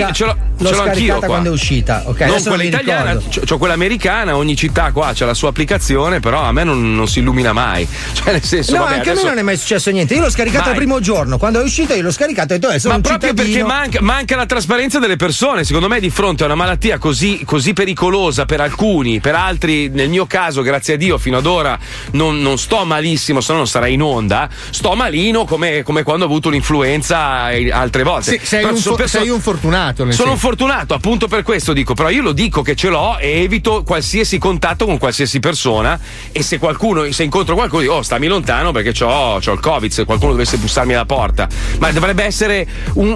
scaricata quando è uscita, ok? Non quella italiana, c'ho quella americana, ogni città qua c'ha la sua applicazione, però a me non si illumina mai. Cioè, nel senso, no, anche a me non è mai successo niente. Io l'ho scaricata il primo giorno, quando è uscita io l'ho scaricato e ho detto sono ma un proprio cittadino. Perché manca la trasparenza delle persone. Secondo me, di fronte a una malattia così pericolosa per alcuni, per altri, nel mio caso, grazie a Dio, fino ad ora non sto malissimo, se no non sarei in onda. Sto malino come quando ho avuto l'influenza altre volte. Sì, sei un fortunato. Sono un fortunato, appunto per questo dico. Però io lo dico che ce l'ho e evito qualsiasi contatto con qualsiasi persona. E se incontro qualcuno, dico stammi lontano perché c'ho il Covid. Se qualcuno dovesse bussarmi alla porta, ma dovrebbe essere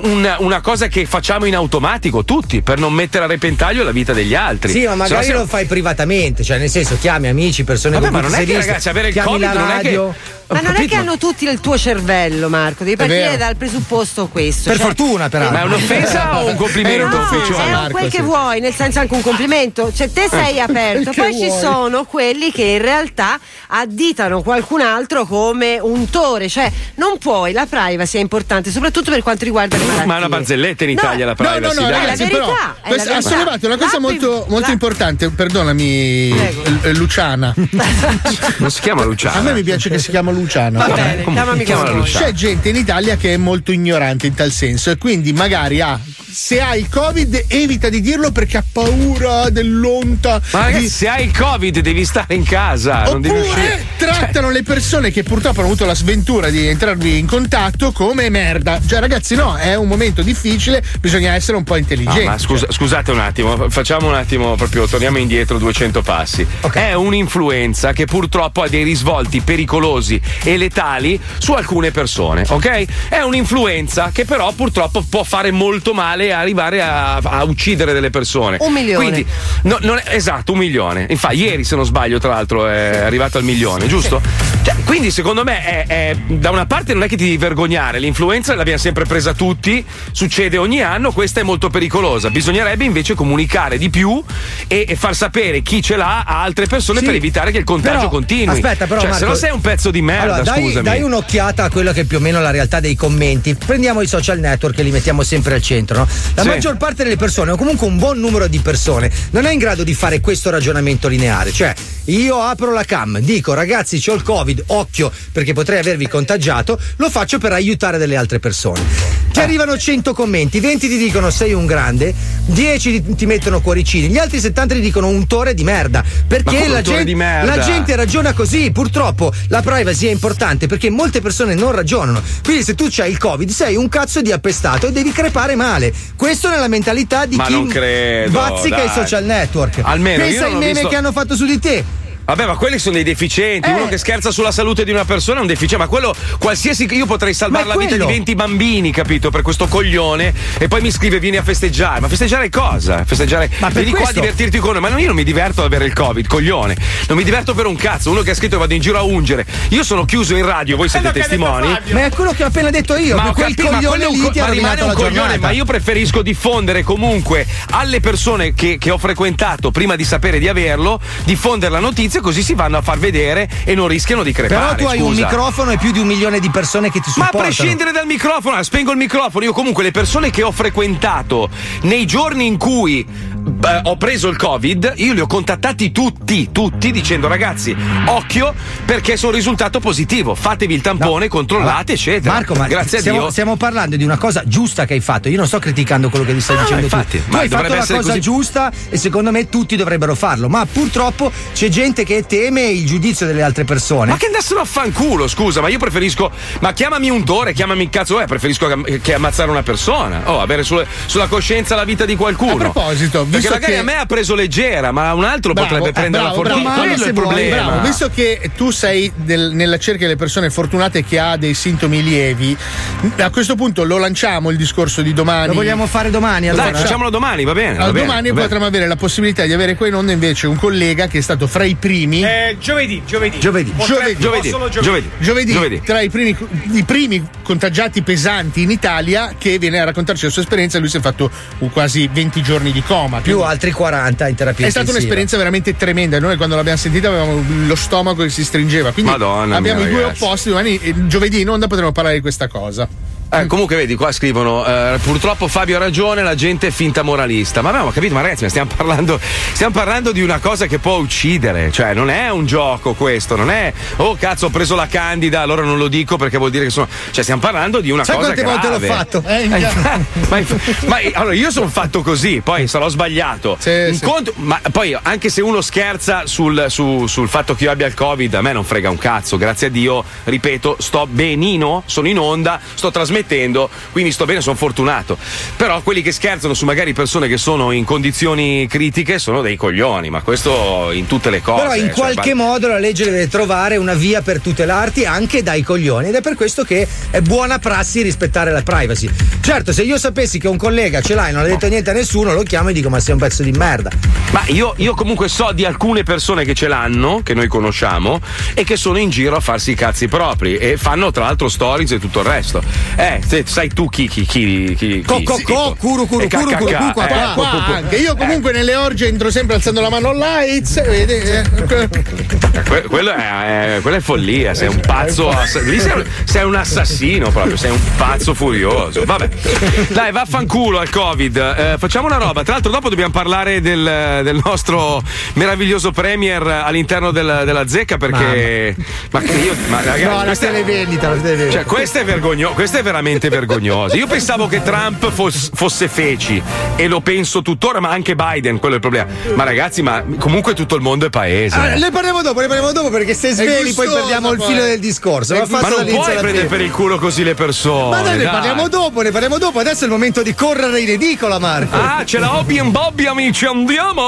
una cosa che facciamo in automatico tutti per non mettere a repentaglio la vita degli altri. Sì, ma magari lo fai privatamente, cioè nel senso chiami amici, persone ma non è che ragazzi avere il Covid non è che Ma non è che hanno tutti il tuo cervello, Marco, devi partire dal presupposto questo. Per fortuna, però. Ma è un'offesa o un complimento? No, è quel che vuoi, nel senso anche un complimento. Cioè, te sei aperto, poi ci sono quelli che in realtà additano qualcun altro come untore. Cioè, non puoi, la privacy è importante, soprattutto per quanto riguarda le malattie. Ma è una barzelletta in Italia la privacy. No, ragazzi, però ha sollevato una cosa molto importante, perdonami, Luciana. Non si chiama Luciana. A me mi piace che si chiama Luciana. Va bene, chiamami Luciana. C'è gente in Italia che è molto ignorante in tal senso e quindi magari se hai il Covid evita di dirlo perché ha paura dell'onta. Ma ragazzi, se hai il Covid devi stare in casa. Oppure non devi uscire. Trattano le persone che purtroppo hanno avuto la sventura di entrarvi in contatto come merda. Cioè, ragazzi, no, è un momento difficile, bisogna essere un po' intelligenti. Ma scusate un attimo, facciamo un attimo proprio, torniamo indietro 200 passi. Okay. È un'influenza che purtroppo ha dei risvolti pericolosi e letali su alcune persone, ok? È un'influenza che però purtroppo può fare molto male e arrivare a uccidere delle persone. 1 milione. Quindi, esatto, 1 milione. Infatti, ieri, se non sbaglio, tra l'altro, è arrivato al 1 milione, giusto? Cioè, quindi, secondo me, da una parte non è che ti devi vergognare, l'influenza l'abbiamo sempre presa tutti, succede ogni anno, questa è molto pericolosa. Bisognerebbe invece comunicare di più e far sapere chi ce l'ha a altre persone per evitare che il contagio continui. Aspetta, però, cioè, Marco, se no sei un pezzo di merda, allora, scusami. Dai un'occhiata a quella che è più o meno la realtà dei commenti. Prendiamo i social network e li mettiamo sempre al centro, no? La maggior parte delle persone, o comunque un buon numero di persone, non è in grado di fare questo ragionamento lineare. Cioè, io apro la cam, dico ragazzi c'ho il Covid, occhio perché potrei avervi contagiato, lo faccio per aiutare delle altre persone. Ti arrivano 100 commenti, 20 ti dicono sei un grande, 10 ti mettono cuoricini, gli altri 70 ti dicono untore di merda. Perché la gente ragiona così. Purtroppo la privacy è importante perché molte persone non ragionano. Quindi se tu c'hai il Covid sei un cazzo di appestato e devi crepare male. Questo nella mentalità di chi bazzica i social network. Almeno pensa ai meme che hanno fatto su di te. Vabbè, ma quelli sono dei deficienti. Uno che scherza sulla salute di una persona è un deficiente. Ma quello qualsiasi. Io potrei salvare la vita di 20 bambini, capito? Per questo coglione. E poi mi scrive: vieni a festeggiare. Ma festeggiare cosa? Festeggiare. Vieni qua a divertirti con noi. Ma io non mi diverto ad avere il Covid, coglione. Non mi diverto per un cazzo. Uno che ha scritto vado in giro a ungere. Io sono chiuso in radio, voi siete testimoni. Ma è quello che ho appena detto io. Ma quel coglione lì ti ha rovinato la giornata. Ma io preferisco diffondere comunque alle persone che ho frequentato prima di sapere di averlo, diffondere la notizia così si vanno a far vedere e non rischiano di crepare. Però tu hai un microfono e più di 1 milione di persone che ti supportano. Ma a prescindere dal microfono, spengo il microfono. Io comunque le persone che ho frequentato nei giorni in cui ho preso il Covid, io li ho contattati tutti dicendo ragazzi, occhio perché sono risultato positivo, fatevi il tampone, controllate, eccetera. Marco, ma grazie a Dio. Stiamo parlando di una cosa giusta che hai fatto. Io non sto criticando quello che mi stai dicendo infatti, tu hai fatto la cosa giusta e secondo me tutti dovrebbero farlo, ma purtroppo c'è gente che teme il giudizio delle altre persone. Ma che andassero a fanculo, scusa, ma io preferisco, ma chiamami untore, chiamami il cazzo, preferisco che ammazzare una persona, avere sulla coscienza la vita di qualcuno. A proposito, perché magari a me ha preso leggera, ma un altro potrebbe prendere la fortuna. Quello è il problema. Visto che tu sei nella cerchia delle persone fortunate che ha dei sintomi lievi, a questo punto lo lanciamo il discorso di domani. Lo vogliamo fare domani allora? Dai, facciamolo domani, va bene. Domani potremmo avere la possibilità di avere qua in onda invece un collega che è stato fra i primi. Giovedì. Tra i primi contagiati pesanti in Italia, che viene a raccontarci la sua esperienza. Lui si è fatto quasi 20 giorni di coma. Più altri 40 in terapia intensiva. È stata un'esperienza veramente tremenda. Noi quando l'abbiamo sentita avevamo lo stomaco che si stringeva. Quindi abbiamo i due opposti. Giovedì in onda potremo parlare di questa cosa. Comunque vedi, qua scrivono purtroppo Fabio ha ragione, la gente è finta moralista. Ma abbiamo capito, ma ragazzi, stiamo parlando di una cosa che può uccidere, cioè non è un gioco questo, non è cazzo ho preso la candida, allora non lo dico perché vuol dire che sono, cioè stiamo parlando di una cosa grave. Sai quante volte l'ho fatto? ma allora io sono fatto così, poi sarò sbagliato. Ma poi anche se uno scherza sul fatto che io abbia il Covid, a me non frega un cazzo, grazie a Dio, ripeto, sto benino, sono in onda, sto trasmettendo permettendo, quindi sto bene, sono fortunato. Però quelli che scherzano su magari persone che sono in condizioni critiche sono dei coglioni, ma questo in tutte le cose. Però in qualche modo la legge deve trovare una via per tutelarti anche dai coglioni, ed è per questo che è buona prassi rispettare la privacy. Certo, se io sapessi che un collega ce l'ha e non ha detto niente a nessuno, lo chiamo e dico ma sei un pezzo di merda. Ma io comunque so di alcune persone che ce l'hanno, che noi conosciamo, e che sono in giro a farsi i cazzi propri e fanno tra l'altro stories e tutto il resto. Sai tu chi Curu qua. Io comunque nelle orge entro sempre alzando la mano lights, quello è follia, sei un pazzo, lì sei un assassino proprio, sei un pazzo furioso. Vabbè, dai, vaffanculo al Covid. Facciamo una roba, tra l'altro dopo dobbiamo parlare del nostro meraviglioso premier all'interno della zecca, perché ragazzi, no, la televendita. Cioè, questo è veramente vergognoso. Io pensavo che Trump fosse feci, e lo penso tuttora, ma anche Biden, quello è il problema. Ma ragazzi, ma comunque tutto il mondo è paese. Ne parliamo dopo, perché se sveli poi perdiamo il filo del discorso. Ma non puoi prendere per il culo così le persone. Ma noi ne parliamo dopo. Adesso è il momento di correre in edicola, Marco. Ah, c'è la Hobby and Bobby, amici, andiamo!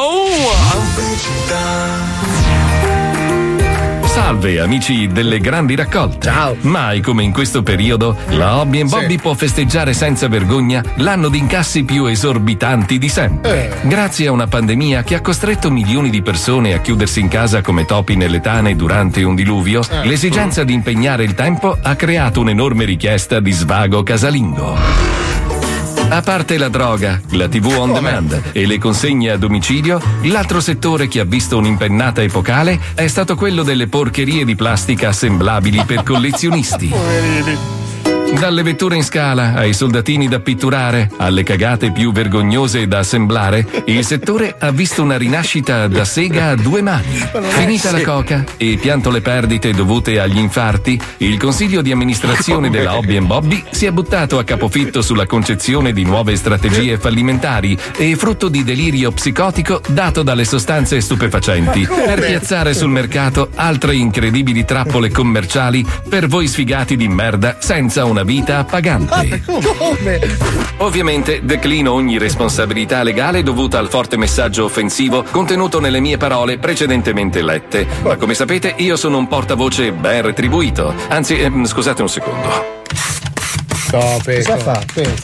Salve amici delle grandi raccolte. Ciao. Mai come in questo periodo la Hobby and Bobby può festeggiare senza vergogna l'anno di incassi più esorbitanti di sempre. Grazie a una pandemia che ha costretto milioni di persone a chiudersi in casa come topi nelle tane durante un diluvio, l'esigenza di impegnare il tempo ha creato un'enorme richiesta di svago casalingo. A parte la droga, la TV on demand e le consegne a domicilio, l'altro settore che ha visto un'impennata epocale è stato quello delle porcherie di plastica assemblabili per collezionisti. Dalle vetture in scala ai soldatini da pitturare, alle cagate più vergognose da assemblare, il settore ha visto una rinascita da sega a due mani. Finita la coca e pianto le perdite dovute agli infarti, il consiglio di amministrazione della Hobby and Bobby si è buttato a capofitto sulla concezione di nuove strategie fallimentari e frutto di delirio psicotico dato dalle sostanze stupefacenti per piazzare sul mercato altre incredibili trappole commerciali per voi sfigati di merda senza una vita appagante. Ovviamente declino ogni responsabilità legale dovuta al forte messaggio offensivo contenuto nelle mie parole precedentemente lette, ma come sapete io sono un portavoce ben retribuito. Anzi, scusate un secondo. Cosa fa?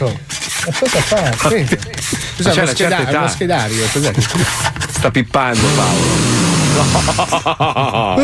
C'è una certa età. Uno schedario, cos'è? Sta pippando Paolo.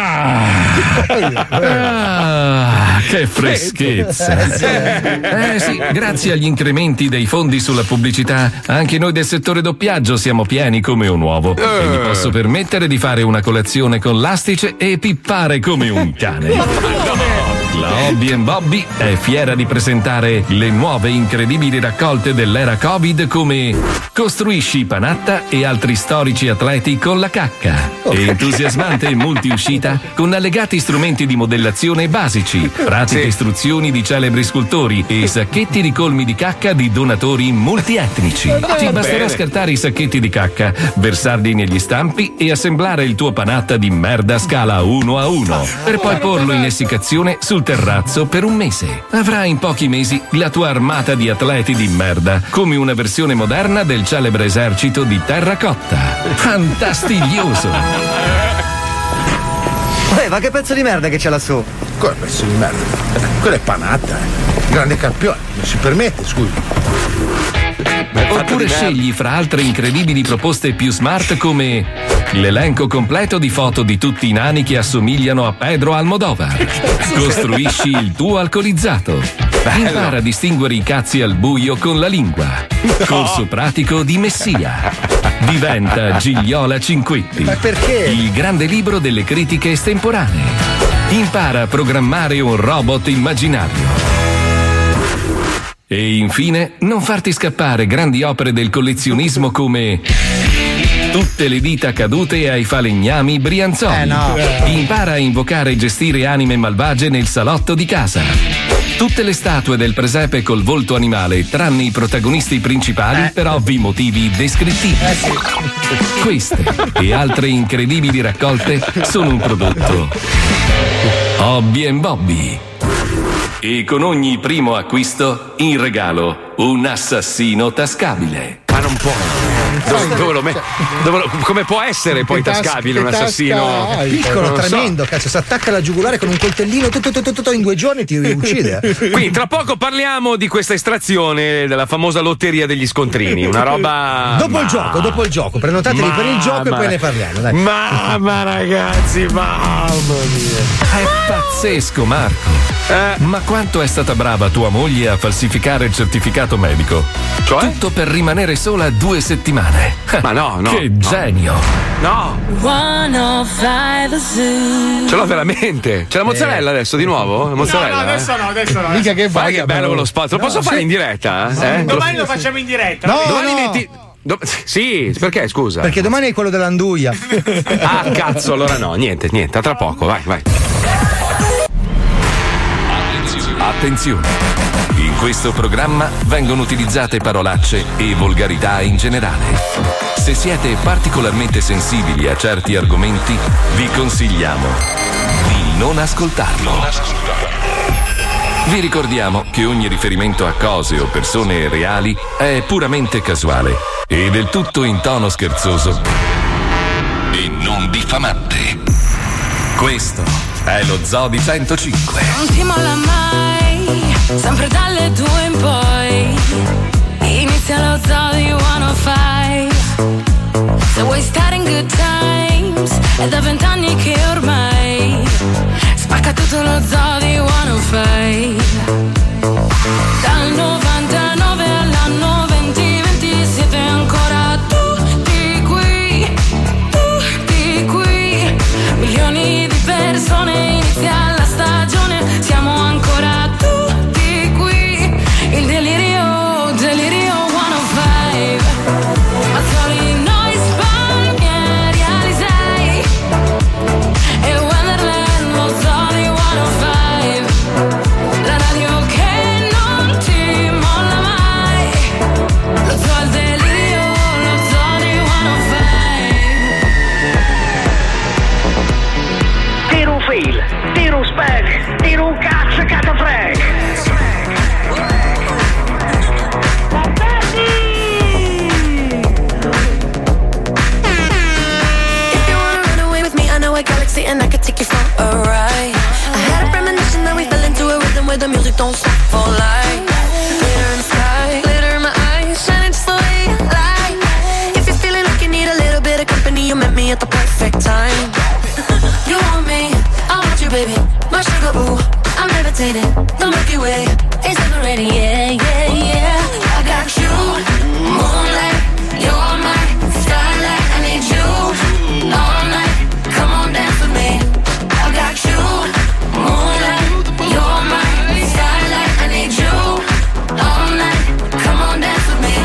Che freschezza. Sì, grazie agli incrementi dei fondi sulla pubblicità, anche noi del settore doppiaggio siamo pieni come un uovo e mi posso permettere di fare una colazione con l'astice e pippare come un cane. La Hobby and Bobby è fiera di presentare le nuove incredibili raccolte dell'era Covid come Costruisci panatta e altri storici atleti con la cacca. Entusiasmante multiuscita con allegati strumenti di modellazione basici, pratiche istruzioni di celebri scultori e sacchetti ricolmi di cacca di donatori multietnici. Ti basterà scartare i sacchetti di cacca, versarli negli stampi e assemblare il tuo panatta di merda scala 1:1 per poi porlo in essiccazione sul terrazzo per un mese. Avrai in pochi mesi la tua armata di atleti di merda, come una versione moderna del celebre esercito di terracotta. Fantastiglioso! Ma che pezzo di merda che c'è lassù? Come pezzo di merda? Quello è panatta, grande campione, non si permette, scusi. Oppure scegli fra altre incredibili proposte più smart come l'elenco completo di foto di tutti i nani che assomigliano a Pedro Almodovar. Costruisci il tuo alcolizzato. Impara a distinguere i cazzi al buio con la lingua. Corso pratico di Messia. Diventa Gigliola Cinquetti. Ma perché? Il grande libro delle critiche estemporanee. Impara a programmare un robot immaginario. E infine, non farti scappare grandi opere del collezionismo come Tutte le dita cadute ai falegnami brianzoli. Impara a invocare e gestire anime malvagie nel salotto di casa. Tutte le statue del presepe col volto animale, tranne i protagonisti principali per ovvi motivi descrittivi. Queste e altre incredibili raccolte sono un prodotto Hobby and Bobby. E con ogni primo acquisto, in regalo, un assassino tascabile. Ma non può. Come può essere poi tascabile un assassino? Piccolo, tremendo, cazzo, si attacca alla giugulare con un coltellino tutto in 2 giorni ti uccide. Quindi tra poco parliamo di questa estrazione della famosa lotteria degli scontrini, una roba. Dopo il gioco, prenotatevi per il gioco e poi ne parliamo, dai. Mamma ragazzi, mamma mia. È pazzesco, Marco. Ma quanto è stata brava tua moglie a falsificare il certificato medico? Cioè? Tutto per rimanere sola 2 settimane. Ma no. Che genio. No. Ce l'ho veramente. C'è la mozzarella adesso di nuovo? La mozzarella? No, adesso no. Mica che vai. Che bello lo spazio. Lo posso fare in diretta? Domani lo facciamo in diretta. Domani metti. Sì, perché scusa? Perché domani è quello dell'anduia. Ah, cazzo, allora no, niente, a tra poco, vai. Attenzione! In questo programma vengono utilizzate parolacce e volgarità in generale. Se siete particolarmente sensibili a certi argomenti, vi consigliamo di non ascoltarlo. Vi ricordiamo che ogni riferimento a cose o persone reali è puramente casuale e del tutto in tono scherzoso e non diffamante. Questo è lo Zoo di 105. Non ti molla mai, sempre dalle 2 in poi. Inizia lo Zoo di 105. Se vuoi stare in good times, è da 20 anni che ormai spacca tutto lo Zoo di 105. Dal 99 all'anno 2020 siete ancora tutti qui. Milioni di persone, inizia la stagione, siamo ancora tutti qui. Il delirio 105. Mazzoli noi spalmieri Alisei e Wonderland, lo Zoo di 105. La radio che non ti molla mai. Lo Zoo al delirio, lo Zoo di 105. Tira un fil, tira un spec, tira un cazzo e catafreg. If you wanna run away with me, I know a galaxy and I could take you for a ride. I had a premonition that we fell into a rhythm where the music don't stop for life. Glitter in the sky, glitter in my eyes, shining just the way you like. If you're feeling like you need a little bit of company, you met me at the perfect time. You want me, I want you, baby. My sugar, ooh, I'm levitating. The Milky Way is liberating, yeah. I got you, moonlight, you're my starlight. I need you all night. Come on, dance with me. I got you, moonlight, you're my starlight. I need you all night. Come on, dance with me.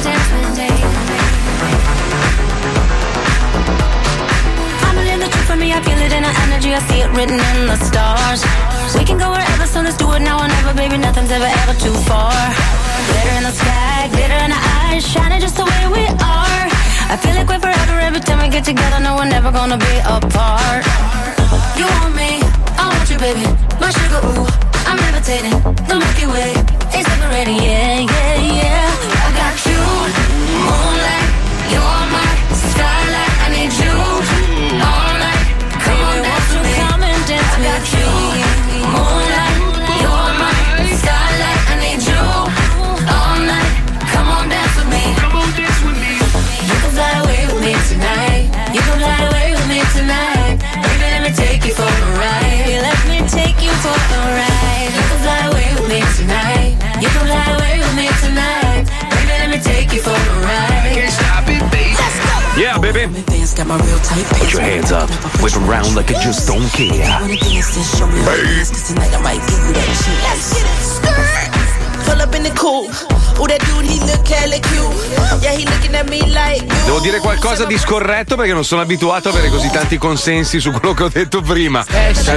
I'm a little true for me. I feel it in the energy. I see it written in the stars. We can go wherever, so let's do it now or never, baby. Nothing's ever too far. Glitter in the sky, glitter in the eyes, shining just the way we are. I feel like we're forever every time we get together. No, we're never gonna be apart. You want me, I want you, baby. My sugar, ooh, I'm levitating. The Milky Way is liberating, yeah. I got you, moonlight, you're my starlight. I need you all night. Come on, dance with me. Come and dance with me. I got you, moonlight, you're my starlight. I need you all night. Come on, dance with me. Come on, dance with me. You can fly away with me tonight. You can fly away with me tonight. Baby, let me take you for a ride. Let me take you for a ride. You can fly away with me tonight. You can fly away with me tonight. Baby, let me take you for a ride. Can't stop it, baby. Let's go. Yeah, baby. Put your hands up, whip them round like you just don't care. Let's get it. Skirt. Pull up in the coupe, Ooh, that dude, he look hella cute. Yeah, he looking at me like. Devo dire qualcosa di scorretto perché non sono abituato a avere così tanti consensi su quello che ho detto prima.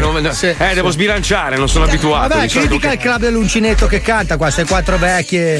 Devo sbilanciare, non sono abituato. Vabbè, critica il club dell'uncinetto che canta qua, sei 4 vecchie.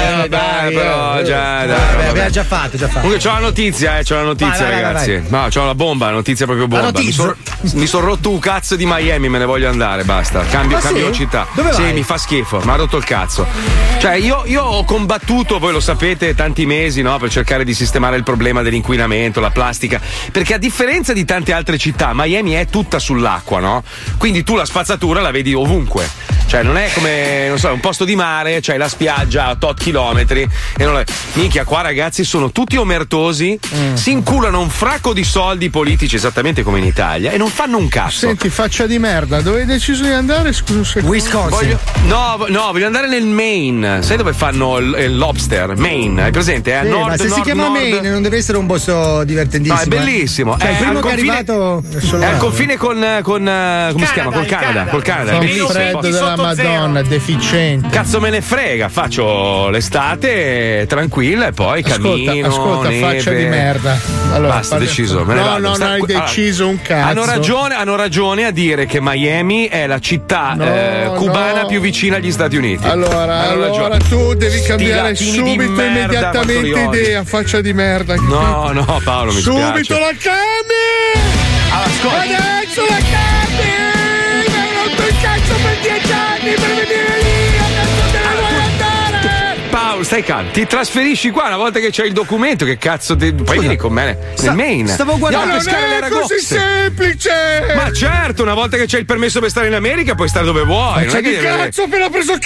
Però abbiamo già fatto. Comunque c'ho la notizia, ragazzi. Vai. No, c'ho la bomba, la notizia proprio bomba. Mi sono rotto un cazzo di Miami, me ne voglio andare, basta. Cambio città. Dove vai? Mi fa schifo, mi ha rotto il cazzo. Cioè, io ho combattuto, voi lo sapete, tanti mesi, no, per cercare di sistemare il problema dell'inquinamento, la plastica. Perché a differenza di tante altre città, Miami è tutta sull'acqua, no? Quindi tu la spazzatura la vedi ovunque. Cioè, non è come, non so, un posto di mare, c'hai la spiaggia a tot chilometri. E non è... Minchia, qua ragazzi sono tutti omertosi, si inculano un fracco di soldi politici, esattamente come in Italia, e non fanno un cazzo. Senti, faccia di merda, dove hai deciso di andare? Scusa un secondo. Wisconsin. Voglio andare nel Maine. Sai dove fanno il lobster? Maine, hai presente? Sì, ma se si chiama Maine non deve essere un posto divertentissimo. No, è bellissimo. Cioè, il primo che è arrivato è al confine con come si chiama? Col Canada. Col Canada. È bellissimo. Freddo della Madonna, deficiente. Cazzo me ne frega, faccio l'estate tranquilla e poi cammino. Ascolta, neve. faccia di merda. Allora, basta, deciso. Me ne vado. Non hai deciso un cazzo. Hanno ragione a dire che Miami è la città cubana più vicina agli Stati Uniti. Allora tu devi cambiare subito, immediatamente idea, faccia di merda. No, Paolo, mi spiace. Subito la cambi! Adesso la cambi! Mi hai rotto il cazzo per 10 anni per venire lì! Adesso te ne vuoi andare! Paolo, stai calmo, ti trasferisci qua una volta che c'hai il documento, che cazzo poi vieni con me nel Maine. Stavo guardando. Ma non è così semplice! Ma certo, una volta che c'hai il permesso per stare in America puoi stare dove vuoi. Ma c'è di cazzo appena preso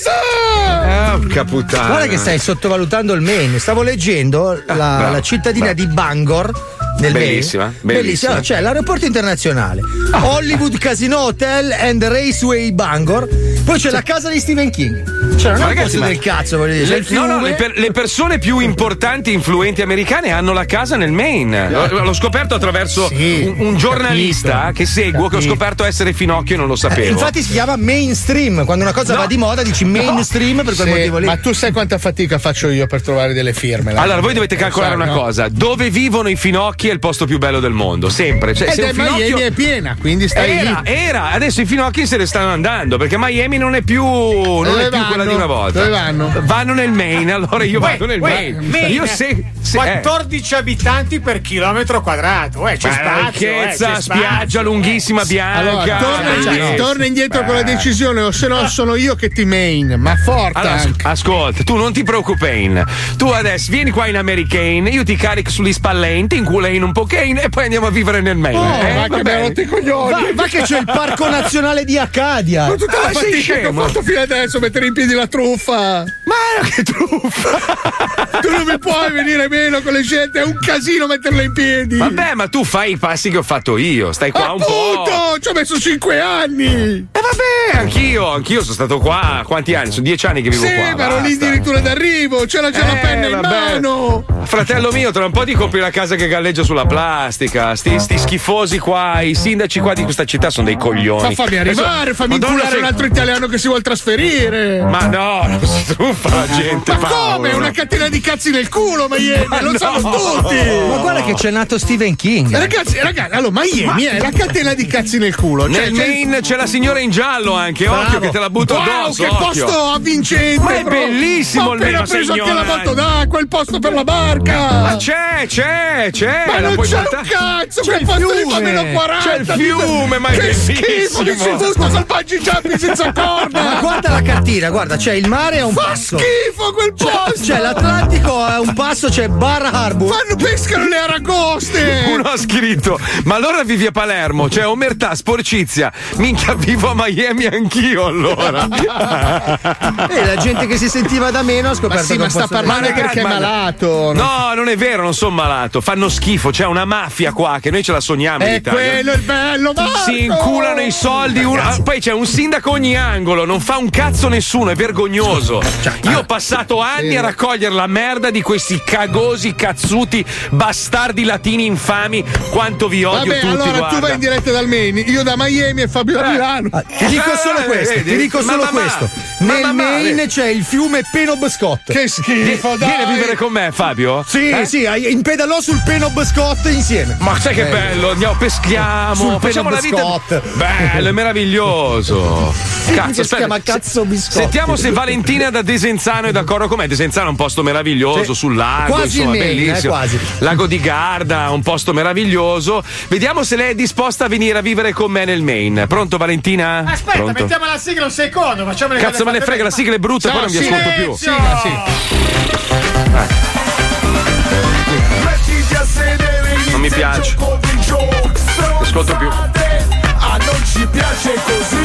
casa! Porca puttana. Guarda che stai sottovalutando il Maine. Stavo leggendo la cittadina di Bangor. Bellissima. C'è l'aeroporto internazionale, Hollywood Casino Hotel and Raceway Bangor, poi c'è la casa di Stephen King. Cioè, non è un posto del cazzo, voglio dire. Le persone più importanti e influenti americane hanno la casa nel Maine. L'ho scoperto attraverso un giornalista che seguo, che ho scoperto essere finocchio e non lo sapevo. Infatti si chiama mainstream. Quando una cosa va di moda dici mainstream per quel motivo lì. Ma tu sai quanta fatica faccio io per trovare delle firme? Allora, voi dovete calcolare una cosa: dove vivono i finocchi è il posto più bello del mondo, sempre. Cioè, se un finocchio... Miami è piena, quindi stai lì. Era, adesso i finocchi se ne stanno andando perché Miami non è più quella di una volta. Dove vanno? Vanno nel Maine, allora io vado nel Maine. Io 14 abitanti per chilometro quadrato. C'è spazio. Spiaggia lunghissima bianca. Allora, torna indietro con la decisione, o se no sono io che ti Maine, ma forte. Allora, ascolta, tu non ti preoccupare. Tu adesso vieni qua in Americane, io ti carico sugli spallenti, in culein un pocheino e poi andiamo a vivere nel Maine. Ma che mi hai rotto i coglioni. Ma che c'è il parco nazionale di Acadia. Ma tutta la fatica che ho fatto fino adesso mettere in piedi la truffa. Ma che truffa? Tu non mi puoi venire meno con le scelte, è un casino metterle in piedi. Vabbè, ma tu fai i passi che ho fatto io, stai qua un po'. Ci ho messo 5 anni. E vabbè, anch'io sono stato qua. Quanti anni? Sono 10 anni che vivo qua. Sì, ma ero lì addirittura d'arrivo, c'era già la penna in mano. Fratello mio, tra un po' ti compri la casa che galleggia sulla plastica. Sti schifosi qua, i sindaci qua di questa città sono dei coglioni. Ma fammi arrivare, fammi inculare un altro italiano che si vuol trasferire. Ma no, non si truffa la gente. Ma come? Una catena di cazzi nel culo, Miami, lo sanno tutti. Ma guarda che c'è nato Stephen King. Ragazzi, allora Miami è la catena di cazzi nel culo. Nel Maine c'è la signora in giallo anche, occhio che te la butto addosso. Che posto avvincente. Ma è bellissimo il Maine. Ho appena preso anche la moto d'acqua, il posto per la barca. Ma c'è. Ma non c'è un cazzo, quel posto lì fa meno 40. C'è il fiume, ma è bellissimo. Che schifo, che ci butto salvaggi giappi senza corda. Ma guarda la cartina, guarda, c'è il mare a un passo. Fa schifo quel posto. C'è l'Atlantico a un passo, c'è Bar Harbor. Pescano le aragoste. Uno ha scritto: ma allora vivi a Palermo, c'è omertà, sporcizia. Minchia, vivo a Miami anch'io allora. La gente che si sentiva da meno ha scoperto ma sta parlando perché è malato. No, non è vero, non sono malato. Fanno schifo, c'è una mafia qua che noi ce la sogniamo in Italia. Quello è il bello, Marco. Si inculano i soldi. Poi c'è un sindaco a ogni angolo, non fa un cazzo nessuno, è vergognoso. Io ho passato anni a raccogliere la merda di questi cagosi, cazzuti, bastardi latini infami. Quanto vi odio tutti. Allora guarda. Tu vai in diretta dal Maine, io da Miami e Fabio da Milano. Ti dico solo questo, Nel Maine c'è il fiume Penobscot. Che schifo, dai. Vieni a vivere con me, Fabio? Sì, sì, impedalò sul Penobscot insieme. Ma sai che bello? Andiamo, peschiamo, facciamo la vita. Bello, è meraviglioso. Cazzo, si chiama cazzo biscotto. Sentiamo se Valentina da Desenzano è d'accordo con me. Desenzano è un posto meraviglioso, sul lago, quasi insomma, Maine, bellissimo. quasi. Lago di Garda, un posto meraviglioso. Vediamo se lei è disposta a venire a vivere con me nel Maine. Pronto, Valentina? Aspetta, Pronto? mettiamo la sigla un secondo. Facciamo le Cazzo me ne frega, la sigla è brutta, poi non vi ascolto più. Sigla, sì. Non mi piace. Non ascolto più. Non ci piace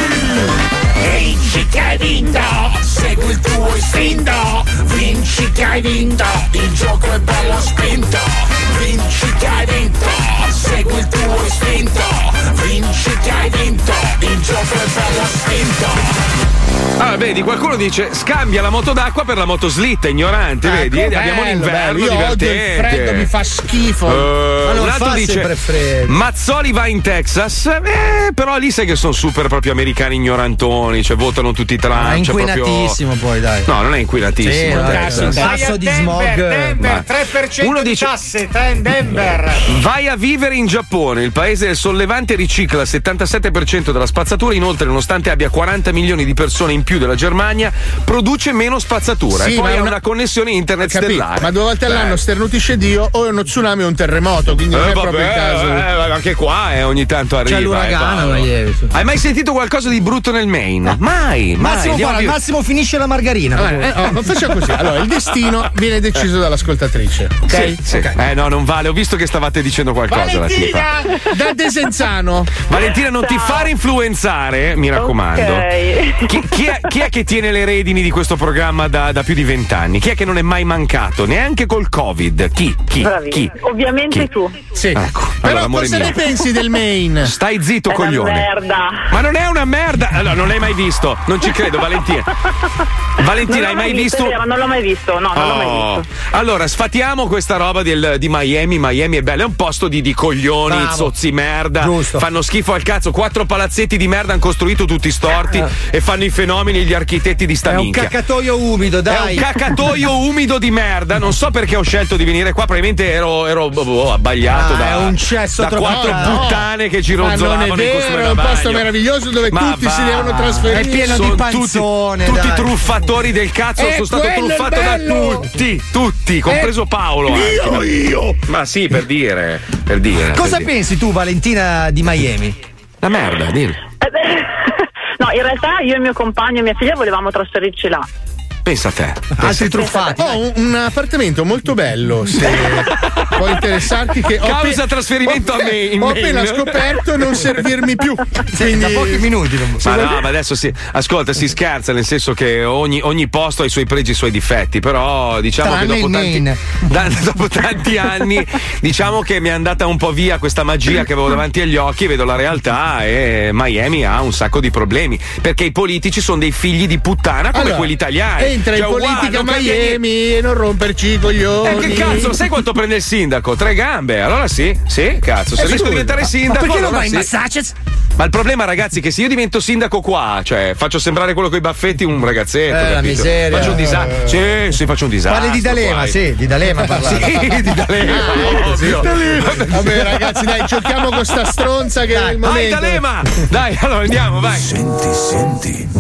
così. Vinci che hai vinto, segui il tuo istinto. Vinci che hai vinto, il gioco è bello spinto. Vinci che hai vinto, segui il tuo istinto. Vinci che hai vinto, il gioco è bello spinto. Ah, vedi, qualcuno dice scambia la moto d'acqua per la moto slitta, ignorante, vedi? Bello, Abbiamo l'inverno io divertente. odio il freddo, mi fa schifo. Un altro dice Mazzoli va in Texas, però lì sai che sono super proprio americani ignorantoni, cioè votano tutti i Trump. È inquinatissimo poi, dai. No, non è inquinatissimo. Un tasso di smog. Denver, 3% Uno di dice tasse, Denver. vai a vivere in Giappone, il paese del sollevante ricicla il 77% della spazzatura, inoltre nonostante abbia 40 milioni di persone in più della Germania produce meno spazzatura Sì, e poi ma ha una- una connessione internet stellare. Ma 2 volte all'anno sternutisce Dio o è uno tsunami o un terremoto, quindi non è proprio il caso. Anche qua ogni tanto arriva. C'è l'uragano, Paolo. ieri. Hai mai sentito qualcosa di brutto nel Maine? Mai. Massimo, Andiamo guarda, al via. massimo finisce la margarina. Ma facciamo così. Allora, il destino viene deciso dall'ascoltatrice. Ok? Sì, sì. Ok. No, non vale. Ho visto che stavate dicendo qualcosa. La tipa. Da Desenzano. Valentina, non ti fare influenzare, mi raccomando. Ok. Chi è che tiene le redini di questo programma da più di 20 anni? Chi è che non è mai mancato? Neanche col Covid? Chi? Bravi. Ovviamente Chi? tu. Sì. Ecco, Però allora, amore cosa mio. ne pensi del Maine? Stai zitto, È una coglione. merda. Ma non è una merda. Allora, non l'hai mai visto. Non ci credo, Valentina. Valentina, hai mai visto? È vero, non l'ho mai visto. No, non l'ho mai visto. Allora, sfatiamo questa roba di Miami. Miami è bella, è un posto di coglioni, Bravo. zozzi merda. Giusto. Fanno schifo al cazzo. 4 palazzetti di merda hanno costruito tutti storti e fanno i fenomeni gli architetti di sta È un minchia. cacatoio umido, dai. È un cacatoio umido di merda. Non so perché ho scelto di venire qua. Probabilmente ero abbagliato È un cesso da troppo 4 grande. puttane che ci Ma non ronzolavano è in questo vero, è un posto meraviglioso dove Ma tutti si va. devono trasferire. È pieno Sono di panzone, tutti dai. truffatori del cazzo. È Sono stato quello il truffato da bello. tutti, compreso Paolo. Io. Ma sì, per dire. Cosa per dire. pensi tu, Valentina, di Miami? La merda, dillo. No, in realtà io e mio compagno e mia figlia volevamo trasferirci là. Pensa a te. Altri truffati. Ho un appartamento molto bello, se può interessarti, che Causa trasferimento a Maine. ho appena scoperto non servirmi più. Quindi, Da pochi minuti. Ma no, ma adesso ascolta, si scherza, nel senso che ogni posto ha i suoi pregi e i suoi difetti, però diciamo Tranne che il Maine. dopo tanti anni diciamo che mi è andata un po' via questa magia che avevo davanti agli occhi, vedo la realtà e Miami ha un sacco di problemi, perché i politici sono dei figli di puttana come allora, quelli italiani. entra in Cioè, uguale, politica a non cambia niente. Miami e non romperci i coglioni. Che cazzo, sai quanto prende il sindaco? 3 gambe, allora sì, cazzo, se riesco a diventare sindaco. Ma perché non allora vai in sì. Massachusetts? Ma il problema, ragazzi, è che se io divento sindaco qua, cioè faccio sembrare quello coi baffetti un ragazzetto. La capito? miseria. Faccio un disastro. Sì, faccio un disastro. Parli di D'Alema, poi. sì, di D'Alema parlava. Sì, di D'Alema, ovvio. Vabbè, ragazzi, dai, giochiamo con sta stronza che è il Vai, momento. D'Alema! Dai, allora andiamo, vai. Senti.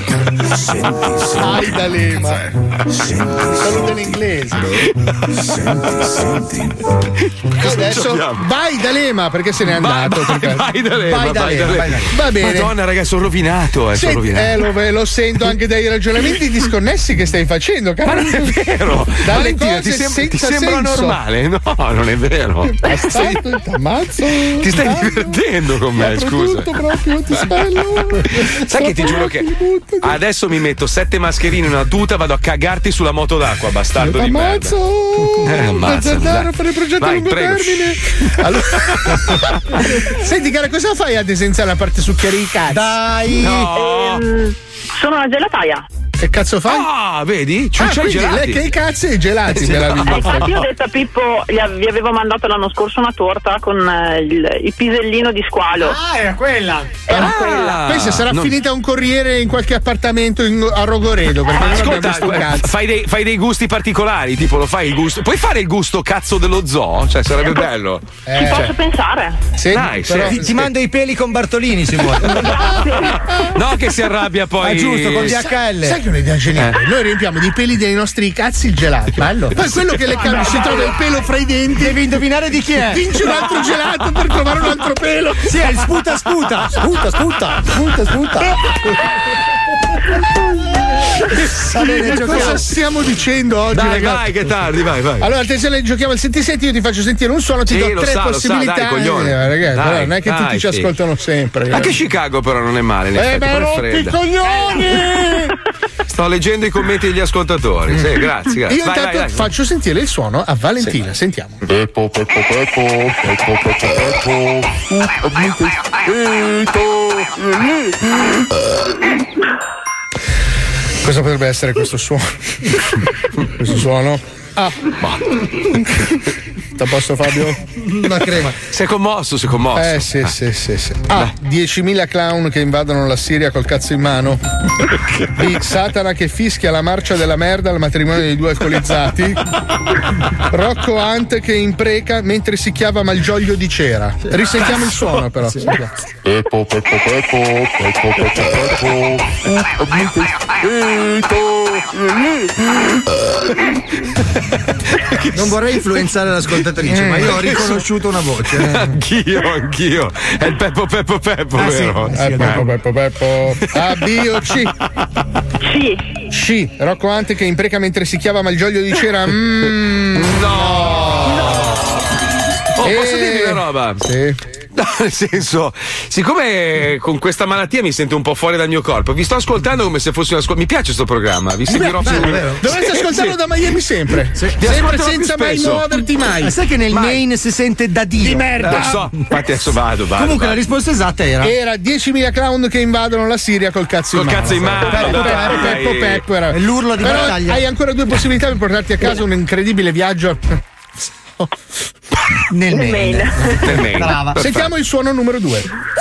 Vai, D'Alema. Saluto in inglese. Senti. Adesso vai, D'Alema, perché se n'è andato. Vai, D'Alema, Vai, D'Alema. Va bene. Madonna, ragazzi, sono rovinato. Sono rovinato. Lo sento anche dai ragionamenti disconnessi che stai facendo, Ma caro. non è vero! Dalle Valentina, cose ti senza sembra senso. normale? No, non è vero. Bastardo, t'ammazzo. Ti stai divertendo con me, scusa. Tutto proprio, ti spello. Sai che ti giuro che adesso mi metto 7 mascherine in una tuta, vado a cagarti sulla moto d'acqua, bastardo di merda. Ammazzo. Azzardare dai. a fare progetto a Vai, lungo prego. termine. Allora... Senti, cara, cosa fai a Desenzano a parte succhiare i cazzi? Dai! No. Sono una gelataia. Che cazzo fai? Ah, vedi? C'è i gelati. Lecca i cazzi e i gelati, meraviglioso. Infatti io ho detto a Pippo, vi avevo mandato l'anno scorso una torta con il pisellino di squalo. Ah, era quella. Pensa, sarà finita un corriere in qualche appartamento a Rogoredo, perché non abbiamo visto un cazzo. Fai dei gusti particolari, tipo lo fai il gusto. Puoi fare il gusto cazzo dello zoo? Cioè, sarebbe bello. Ci posso pensare? Sì, dai, però, ti mando i peli con Bartolini, Simone. No, che si arrabbia poi. Giusto, con DHL. Sai che è un'idea geniale? Noi riempiamo di peli dei nostri cazzi il gelato. Bello. Poi quello che lecca si trova il pelo fra i denti. Devi indovinare di chi è. Vince un altro gelato per trovare un altro pelo. Sì, è il sputa. Va bene, cosa stiamo dicendo oggi, dai, ragazzi? vai, che tardi, vai. Allora, attenzione, giochiamo al senti, io ti faccio sentire un suono, ti do tre possibilità. Dai, coglione. Ragazzi, dai, però non è che tutti ci ascoltano sempre. Anche Chicago però non è male, in effetti, ma rotti coglioni! Sto leggendo i commenti degli ascoltatori. Sì, grazie. Io intanto faccio sentire il suono a Valentina, sentiamo. Peppo. Cosa potrebbe essere questo suono? Questo suono? Ah, sta a posto, Fabio? Una crema. Si è commosso. Sì. A. 10.000 clown che invadono la Siria col cazzo in mano. B. Satana che fischia la marcia della merda al matrimonio dei due alcolizzati. Rocco Hunt che impreca mentre si chiava malgioglio di cera. Risentiamo il suono, però. Peppo. Non vorrei influenzare l'ascoltatrice, ma io ho riconosciuto una voce. Anch'io. È il Peppo, vero? Peppo. A, B o C? C. Rocco Hunt che impreca mentre si chiava malgioglio di cera. No. Posso dirvi una roba? Sì. No, nel senso, siccome con questa malattia mi sento un po' fuori dal mio corpo, vi sto ascoltando come se fosse mi piace sto programma, vi seguirò più. Dovresti ascoltarlo da Miami sempre. Sempre senza mai muoverti mai. Ma sai che nel Maine si sente da Dio? Di merda. Lo so, infatti adesso vado. Comunque la risposta esatta era 10.000 clown che invadono la Siria col cazzo in mano. Peppo era. È l'urlo di battaglia. Hai ancora due possibilità per portarti a casa un incredibile viaggio nel Maine. Brava. Sentiamo il suono numero 2.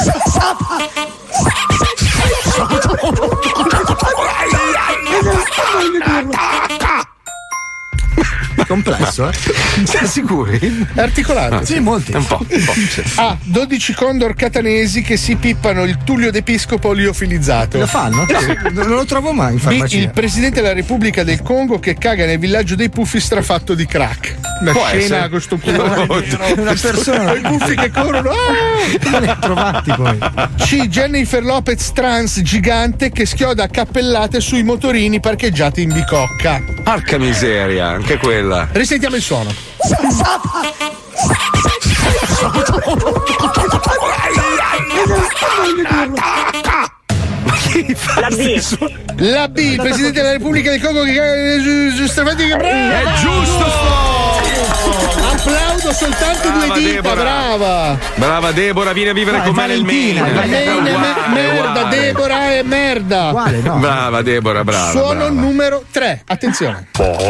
Complesso, Sei sicuri? È articolato. Sì, molti. Un po'. A. 12 condor catanesi che si pippano il Tullio d'Episcopo liofilizzato. Lo fanno? Non lo trovo mai in farmacia. B. Il presidente della Repubblica del Congo che caga nel villaggio dei puffi strafatto di crack. La scena con questo culo. Una persona. I puffi che corrono. Come li hai trovati poi? C. Jennifer Lopez trans gigante che schioda a cappellate sui motorini parcheggiati in bicocca. Porca miseria, anche quella. Risentiamo il suono. La B, il presidente della Repubblica del Congo che è giusto! Applaudo soltanto brava, due dita, Deborah. Brava Deborah, vieni a vivere con me nel Maine. Merda, Deborah è merda. Uguale, no? Brava Deborah, brava. Suono numero 3, attenzione.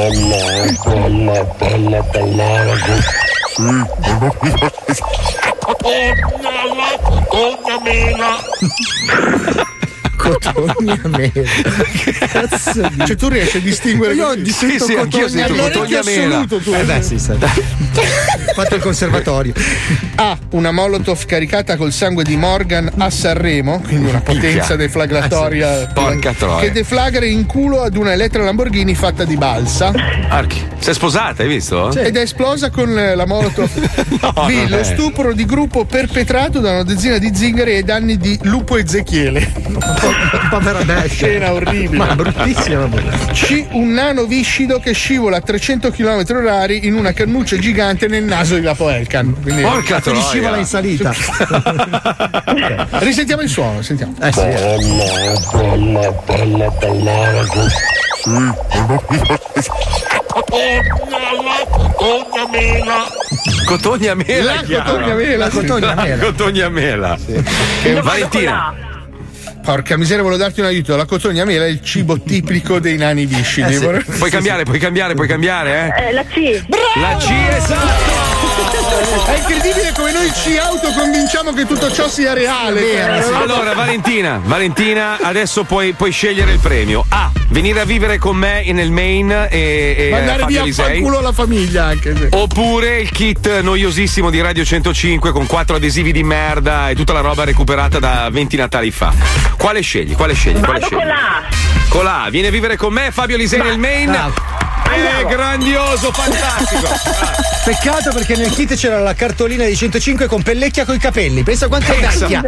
Cotogna mela. Cazzo di... Cioè tu riesci a distinguere? Io ho distinto anch'io sento cotogna mela. Tu. Sì, sai. Fatto il conservatorio. A. Una Molotov caricata col sangue di Morgan a Sanremo, quindi una potenza deflagratoria Porca troia. che deflagra in culo ad una Elettra Lamborghini fatta di balsa. Archi. Si è sposata, hai visto? Sì. Ed è esplosa con la Molotov. B. Lo stupro di gruppo perpetrato da una dozzina di zingari ai danni di Lupo Ezechiele. Povera bestia. Scena orribile. Ma bruttissima. C. Un nano viscido che scivola a 300 km/h in una cannuccia gigante nel naso di Lapo Elkan. Quindi porca troia. Scivola in salita. Risentiamo il suono, sentiamo. Cotogna mela. La cotogna mela. Cotogna mela. Sì. Valentina. Porca miseria, volevo darti un aiuto. La cotogna mela è il cibo tipico dei nani viscidi. Sì. Puoi cambiare, eh? La C. Bravo! La C, esatto! È incredibile come noi ci autoconvinciamo che tutto ciò sia reale. Allora, Valentina, adesso puoi scegliere il premio. A. Venire a vivere con me nel Maine e mandare via a fanculo la famiglia anche. Oppure il kit noiosissimo di Radio 105 con 4 adesivi di merda e tutta la roba recuperata da 20 Natali fa. Quale scegli? Vado con la A. Con la A. Vieni a vivere con me, Fabio Lisei nel Maine. È grandioso, fantastico. Peccato perché nel kit c'era la cartolina di 105 con Pellecchia coi capelli. Pensa quanto è vecchia.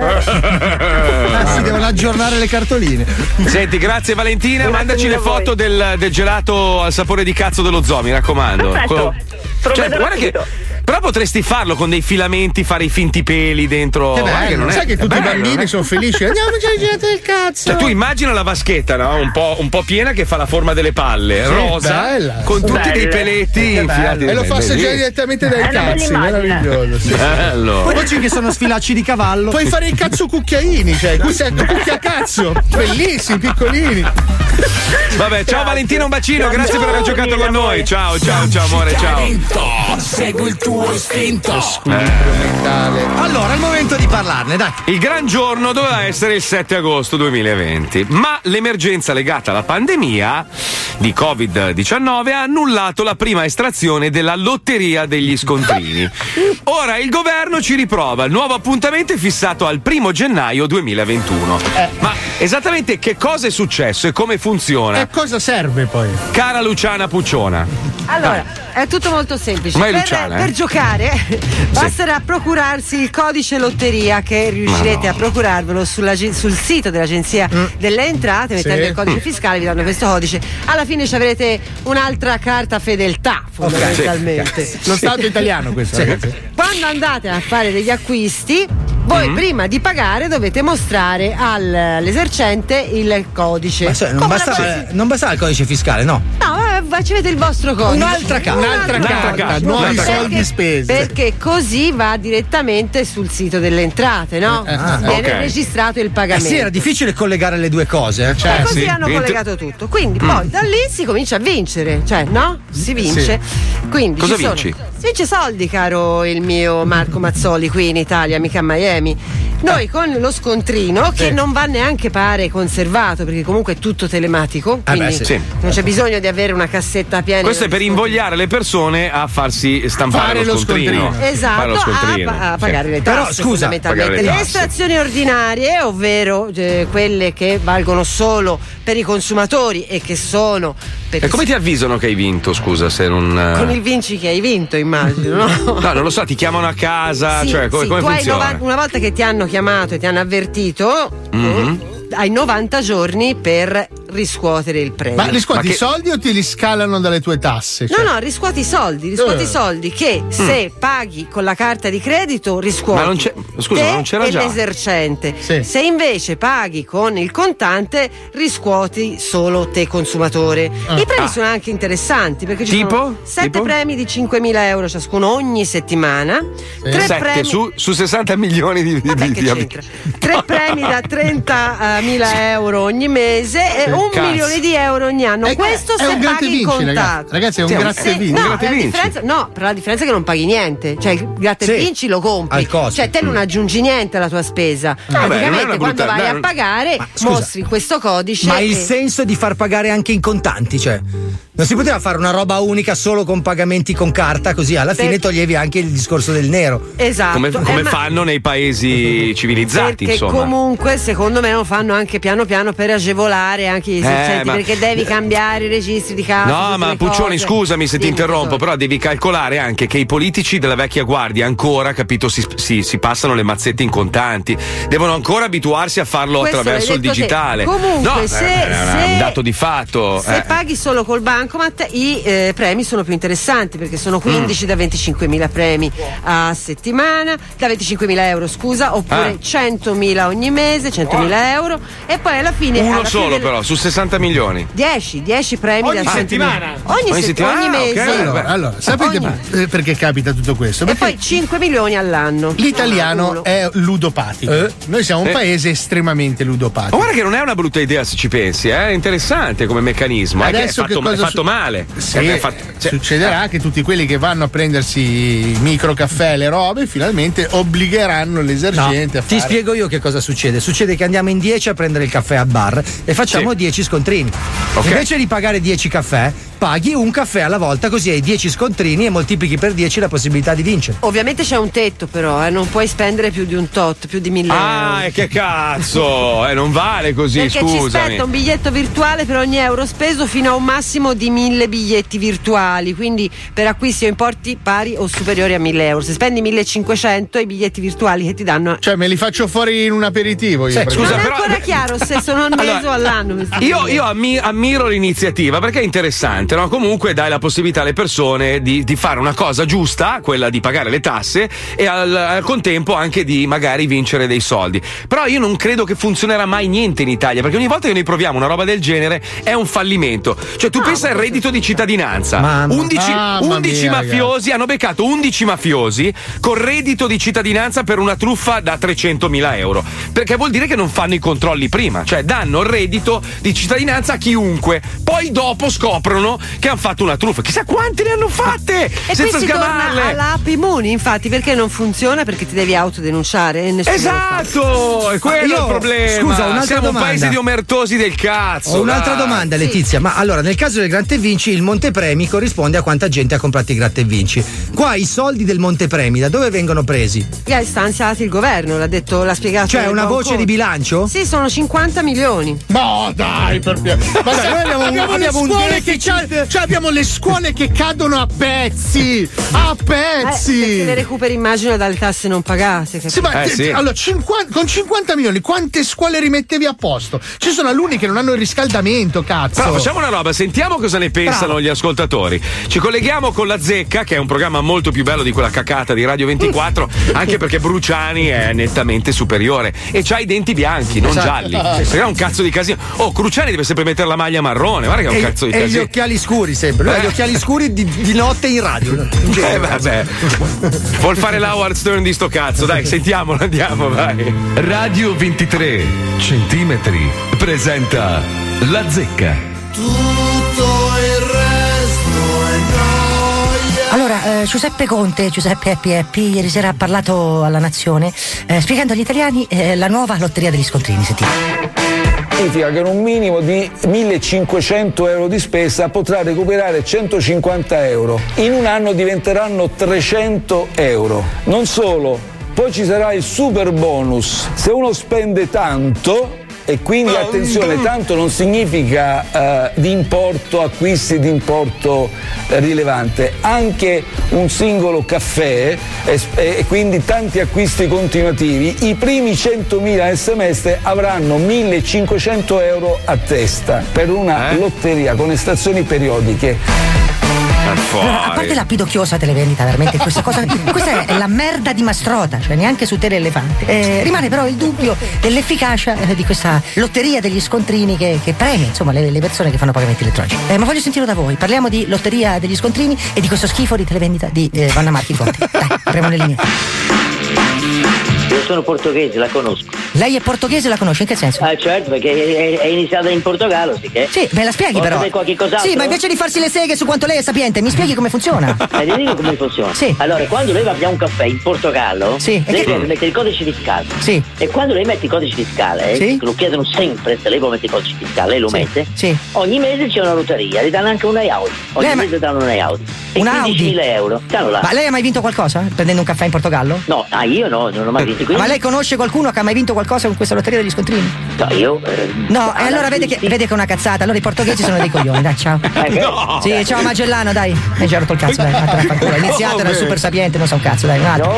Si devono aggiornare le cartoline. Senti, grazie Valentina. Grazie, mandaci le foto del gelato al sapore di cazzo dello zoo, mi raccomando. Perfetto. Guarda che. Però potresti farlo con dei filamenti, fare i finti peli dentro. Che bello. Sai che tutti i bambini sono felici. Andiamo a mangiare il gelato del cazzo. Cioè, tu immagina la vaschetta, no? Un po' piena che fa la forma delle palle, rosa, bella. con tutti dei peletti infilati. E lo fa assaggiare direttamente dai cazzi. Meraviglioso. Sì. Bello. Poi dici che sono sfilacci di cavallo. Puoi fare i cazzo cucchiaini, cioè cucchia cazzo. Bellissimi, piccolini. Vabbè, ciao Valentina, un bacino, grazie per aver giocato con noi. Ciao amore, ciao. Segui il tuo istinto. Allora, è il momento di parlarne, dai. Il gran giorno doveva essere il 7 agosto 2020, ma l'emergenza legata alla pandemia di Covid-19 ha annullato la prima estrazione della lotteria degli scontrini. Ora il governo ci riprova, il nuovo appuntamento è fissato al 1 gennaio 2021. Ma esattamente che cosa è successo e come funziona? E cosa serve poi? Cara Luciana Pucciona. Allora, è tutto molto semplice. Ma è Luciana, per giocare basterà procurarsi il codice lotteria che riuscirete a procurarvelo sul sito dell'Agenzia delle Entrate, mettendo il codice fiscale, vi danno questo codice. Alla fine ci avrete un'altra carta fedeltà, fondamentalmente. Lo Stato italiano questo. Quando andate a fare degli acquisti, voi prima di pagare dovete mostrare all'esercente il codice. Ma non bastava il codice fiscale, no? No, ci avete il vostro codice. Un'altra carta. Nuovi soldi spesi. Perché così va direttamente sul sito delle entrate, no? Viene registrato il pagamento. Sì, era difficile collegare le due cose. E così hanno collegato tutto. Quindi poi da lì si comincia a vincere. Cioè, no? Si vince. Quindi cosa vinci? Si vince soldi, caro il mio Marco Mazzoli, qui in Italia, mica a Miami. Noi con lo scontrino, che non va neanche pare conservato, perché comunque è tutto telematico, quindi non c'è bisogno di avere una cassetta piena. Questo è per invogliare le persone a farsi stampare lo scontrino. Esatto, a pagare le tasse. Però scusa, fondamentalmente le estrazioni ordinarie, ovvero quelle che valgono solo per i consumatori e che sono e come ti avvisano che hai vinto, scusa, se non con il vinci che hai vinto, immagino, no? No, non lo so, ti chiamano a casa, cioè come funziona? Una volta che ti hanno chiamato e ti hanno avvertito, hai 90 giorni per riscuotere il premio. Ma riscuoti i soldi o ti li scalano dalle tue tasse? Cioè? No, riscuoti i soldi che se paghi con la carta di credito riscuoti. Ma non c'era già. L'esercente. Se invece paghi con il contante riscuoti solo te consumatore. I premi sono anche interessanti perché ci sono 7 premi di 5.000 euro ciascuno ogni settimana. 7 premi su 60 milioni di 3 premi da 30.000 euro ogni mese e 1 milione di euro ogni anno. Questo se paghi in contanti. Ragazzi, è un grazie vinci. Però la differenza è che non paghi niente. Cioè il grazie vinci lo compri. Cioè te non aggiungi niente alla tua spesa. Praticamente quando vai a pagare mostri questo codice. Ma il senso di far pagare anche in contanti, cioè non si poteva fare una roba unica solo con pagamenti con carta, così alla fine toglievi anche il discorso del nero. Esatto. Come fanno nei paesi civilizzati, perché insomma. Comunque secondo me lo fanno anche piano piano per agevolare anche gli esercenti, perché devi cambiare i registri di casa. No, ma Puccioni, scusami se ti interrompo, però devi calcolare anche che i politici della vecchia guardia ancora, capito, si passano le mazzette in contanti, devono ancora abituarsi a farlo attraverso il digitale. Comunque, è un dato di fatto. Se paghi solo col banco bancomat i premi sono più interessanti perché sono 15 da 25.000 premi a settimana, da 25.000 euro scusa, oppure 100.000 ogni mese, 100.000 euro, e poi alla fine uno solo però su 60 milioni 10 premi ogni da settimana ogni settimana, ogni mese. Okay. Allora, sapete perché capita tutto questo? Perché e poi 5 milioni all'anno. L'italiano è ludopatico. Noi siamo un paese estremamente ludopatico. Ma guarda che non è una brutta idea se ci pensi, è interessante come meccanismo. Adesso è fatto male. Sì, succederà che tutti quelli che vanno a prendersi i micro caffè, le robe, finalmente obbligheranno l'esercente a fare. Ti spiego io che cosa succede. Succede che andiamo in 10 a prendere il caffè al bar e facciamo 10 scontrini. Okay. Invece di pagare 10 caffè, paghi un caffè alla volta, così hai 10 scontrini e moltiplichi per 10 la possibilità di vincere. Ovviamente c'è un tetto però, non puoi spendere più di un tot, più di 1.000 euro. Ah, e che cazzo! Non vale così, perché scusami. ci spetta un biglietto virtuale per ogni euro speso fino a un massimo di 1.000 biglietti virtuali, quindi per acquisti o importi pari o superiori a 1.000 euro. Se spendi 1.500 i biglietti virtuali che ti danno, cioè me li faccio fuori in un aperitivo io. Scusa, non è però ancora chiaro se sono al mese o all'anno. Io ammiro l'iniziativa perché è interessante, no? Comunque dai la possibilità alle persone di fare una cosa giusta, quella di pagare le tasse, e al contempo anche di magari vincere dei soldi. Però io non credo che funzionerà mai niente in Italia, perché ogni volta che noi proviamo una roba del genere è un fallimento. Cioè tu pensa al reddito di cittadinanza, 11 mafiosi hanno beccato 11 mafiosi con reddito di cittadinanza per una truffa da 300.000 euro, perché vuol dire che non fanno i controlli prima, cioè danno il reddito di cittadinanza a chiunque, poi dopo scoprono che hanno fatto una truffa. Chissà quante ne hanno fatte e senza qui si sgamarle. torna all'app Immuni, infatti, perché non funziona, perché ti devi autodenunciare e nessuno esatto, è quello il problema. Scusa, un'altra siamo domanda. un paese di omertosi del cazzo. Ho un'altra domanda, Letizia. Ma allora, nel caso del Gratta e Vinci, il montepremi corrisponde a quanta gente ha comprato i Gratta e Vinci. Qua i soldi del montepremi da dove vengono presi? Li ha stanziati il governo, l'ha spiegato. Cioè una voce di bilancio? Sì, sono 50 milioni. No, dai, per ma noi abbiamo un deficit. Cioè abbiamo le scuole che cadono a pezzi. A pezzi. Perché le recuperi, immagino, dalle tasse non pagate. Sì, ma allora, con 50 milioni quante scuole rimettevi a posto? Ci sono alunni che non hanno il riscaldamento, cazzo. Però facciamo una roba, sentiamo cosa ne pensano gli ascoltatori. Ci colleghiamo con La Zecca, che è un programma molto più bello di quella cacata di Radio 24, anche perché Bruciani è nettamente superiore e c'ha i denti bianchi, non gialli. Perché è un cazzo di casino. Oh, Cruciani deve sempre mettere la maglia marrone, guarda che è un cazzo di casino. E gli occhiali scuri sempre. Lui ha gli occhiali scuri di notte in radio. Vabbè. Vuol fare l'Howard Stern di sto cazzo, dai, sentiamolo, andiamo, vai. Radio 23 centimetri presenta La Zecca. Tutto il resto è noia. Allora, Giuseppe Conte, Giuseppe Happy ieri sera ha parlato alla Nazione spiegando agli italiani la nuova lotteria degli scontrini. Sentite. Significa che in un minimo di 1.500 euro di spesa potrà recuperare 150 euro. In un anno diventeranno 300 euro. Non solo, poi ci sarà il super bonus. Se uno spende tanto, e quindi attenzione, tanto non significa di importo, acquisti di importo rilevante, anche un singolo caffè e quindi tanti acquisti continuativi, i primi 100.000 SMS avranno 1.500 euro a testa per una lotteria con estazioni periodiche. Allora, a parte la pidocchiosa televendita, veramente questa è la merda di Mastrota, cioè neanche su Tele Elefante. Rimane però il dubbio dell'efficacia di questa lotteria degli scontrini che premia, insomma, le persone che fanno pagamenti elettronici. Ma voglio sentirlo da voi. Parliamo di lotteria degli scontrini e di questo schifo di televendita di Vanna Marchi Conti. Dai, apriamo le linee. Io sono portoghese, la conosco. Lei è portoghese, la conosce? In che senso? Ah, certo, perché è iniziata in Portogallo, sì che? Sì, me la spieghi però. Qualche cos'altro? Sì, ma invece di farsi le seghe su quanto lei è sapiente, mi spieghi come funziona? Ti dico come funziona. Sì. Allora, quando lei va a prendere un caffè in Portogallo, sì, lei deve mettere il codice fiscale. Sì. E quando lei mette il codice fiscale, sì, lo chiedono sempre, se lei può mettere il codice fiscale, lei lo mette. Sì. Ogni mese c'è una lotteria, gli danno anche un Audi. Ogni mese danno un Audi. E un 15.000 euro. Stanno là. Ma lei ha mai vinto qualcosa prendendo un caffè in Portogallo? No, io no, non ho mai vinto. quindi? Ma lei conosce qualcuno che ha mai vinto qualcosa con questa lotteria degli scontrini? No, io. No, e allora vede che è una cazzata. Allora i portoghesi sono dei coglioni, dai, ciao. No. Sì, ciao Magellano, dai. Mi hai già rotto il cazzo, dai. Ha iniziato, era il super sapiente, non sa un cazzo, dai, un attimo.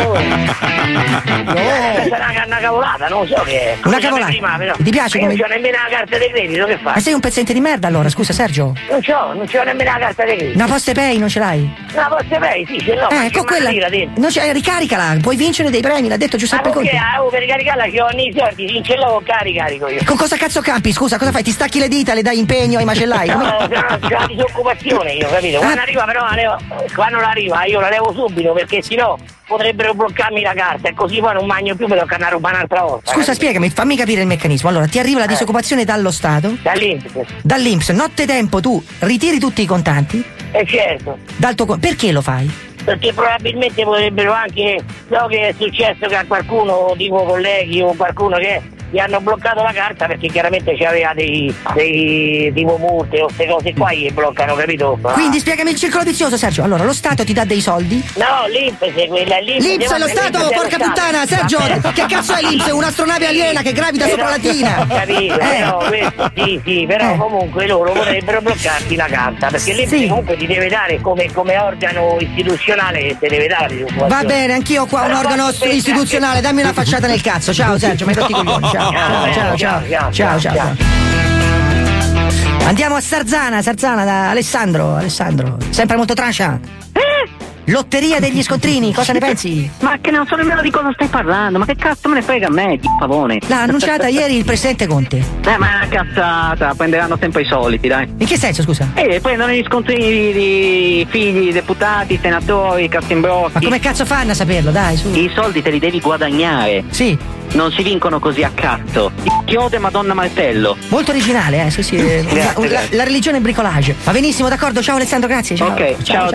Sarà una cavolata, non so che è. Una cavolata? Prima, però. Ti piace io come. non c'ho nemmeno la carta di credito, che fai? Ma sei un pezzente di merda allora, scusa Sergio. Non c'ho nemmeno la carta di credito. Una Postepay non ce l'hai? Una Postepay, sì, ce l'ho. Con quella. Non c'è, ricaricala, puoi vincere dei premi, l'ha detto Giuseppe Conte. Per ricaricarla ci ho i soldi, sì, ce l'ho, carico io. Con cosa cazzo campi? Scusa, cosa fai? Ti stacchi le dita, le dai impegno ai macellai? No, c'è la disoccupazione io, capito? Quando arriva però quando arriva io la levo subito perché sennò potrebbero bloccarmi la carta e così poi non mangio più, mi tocca andare a rubare un'altra volta. Scusa, spiegami, fammi capire il meccanismo. Allora, ti arriva la disoccupazione dallo Stato? Dall'INPS. Nottetempo tu ritiri tutti i contanti? Certo. Perché lo fai? Perché probabilmente potrebbero anche, so che è successo che a qualcuno, tipo colleghi o qualcuno che gli hanno bloccato la carta perché chiaramente c'aveva dei tipo multe o queste cose qua gli bloccano, capito? Quindi spiegami il circolo vizioso, Sergio. Allora, lo Stato ti dà dei soldi? No, l'INPS è quella, l'INPS è lo Stato, porca puttana, Sergio! Che cazzo è l'INPS? Un'astronave aliena che gravita sopra la tina! Capito, però questo sì, però comunque loro potrebbero bloccarti la carta, perché l'INPS comunque ti deve dare come organo istituzionale che ti deve dare. Va bene, anch'io qua un organo istituzionale, dammi una facciata nel cazzo. Ciao Sergio, mi hai rotto i coglioni. Ciao. Andiamo a Sarzana da Alessandro. Sempre molto trascia. Lotteria degli scontrini, cosa ne pensi? Ma che non so nemmeno di cosa stai parlando, ma che cazzo me ne frega a me, pavone? L'ha annunciata ieri il presidente Conte. Ma è una cazzata, prenderanno sempre i soliti, dai. In che senso, scusa? Prendono gli scontrini di figli, deputati, senatori, castimbrocchi. Ma come cazzo fanno a saperlo, dai, su? I soldi te li devi guadagnare. Sì. Non si vincono così a cazzo. Chiode Madonna Martello. Molto originale, sì. La religione è bricolage. Va benissimo, d'accordo, ciao Alessandro, grazie. Ciao. Ok, ciao.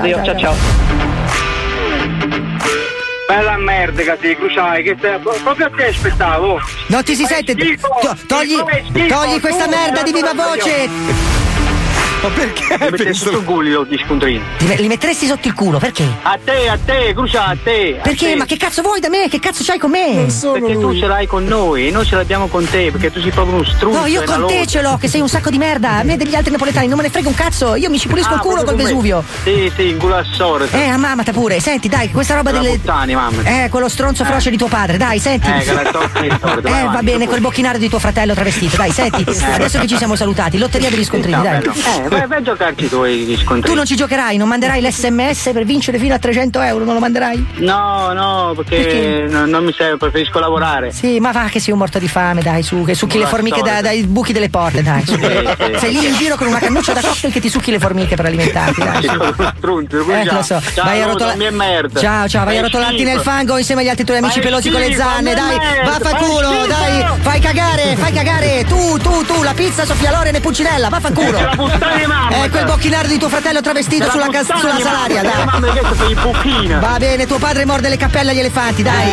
Bella merda che ti cruciai, che proprio a te aspettavo. Non ti si sente? Togli questa merda di viva voce! Ma perché? Metti sotto il culo gli scontrini. Li metteresti sotto il culo, perché? A te, Crucia, a te. Perché? Ma che cazzo vuoi da me? Che cazzo c'hai con me? Perché tu ce l'hai con noi e noi ce l'abbiamo con te, perché tu sei proprio uno struzzo. No, io con te ce l'ho, che sei un sacco di merda. A me degli altri napoletani non me ne frega un cazzo. Io mi ci pulisco il culo col Vesuvio. Sì, in culo a sorte. Ammamata pure. Senti, dai, questa roba delle puttani, mamma. Quello stronzo froce di tuo padre, dai, senti. Va bene, quel bocchinario di tuo fratello travestito, dai, senti. Adesso che ci siamo salutati, lotteria degli scontrini, dai. Vai a giocarci gli scontrini. Tu non ci giocherai, non manderai l'SMS per vincere fino a 300 euro, non lo manderai? No, perché non mi serve, preferisco lavorare. Sì, ma va che sei un morto di fame, dai, su, che succhi le formiche dai buchi delle porte, dai. Su. Sei lì in giro con una cannuccia da cocktail che ti succhi le formiche per alimentarti, dai. Lo so. Vai a vai a rotolarti nel fango insieme agli altri tuoi amici pelosi con le zanne, dai, vaffanculo, dai, fai cagare, tu, la pizza Sofia Loren e Pulcinella, vaffanculo. Quel bocchinario di tuo fratello travestito sulla salaria, dai. Va bene, tuo padre morde le cappelle agli elefanti, dai.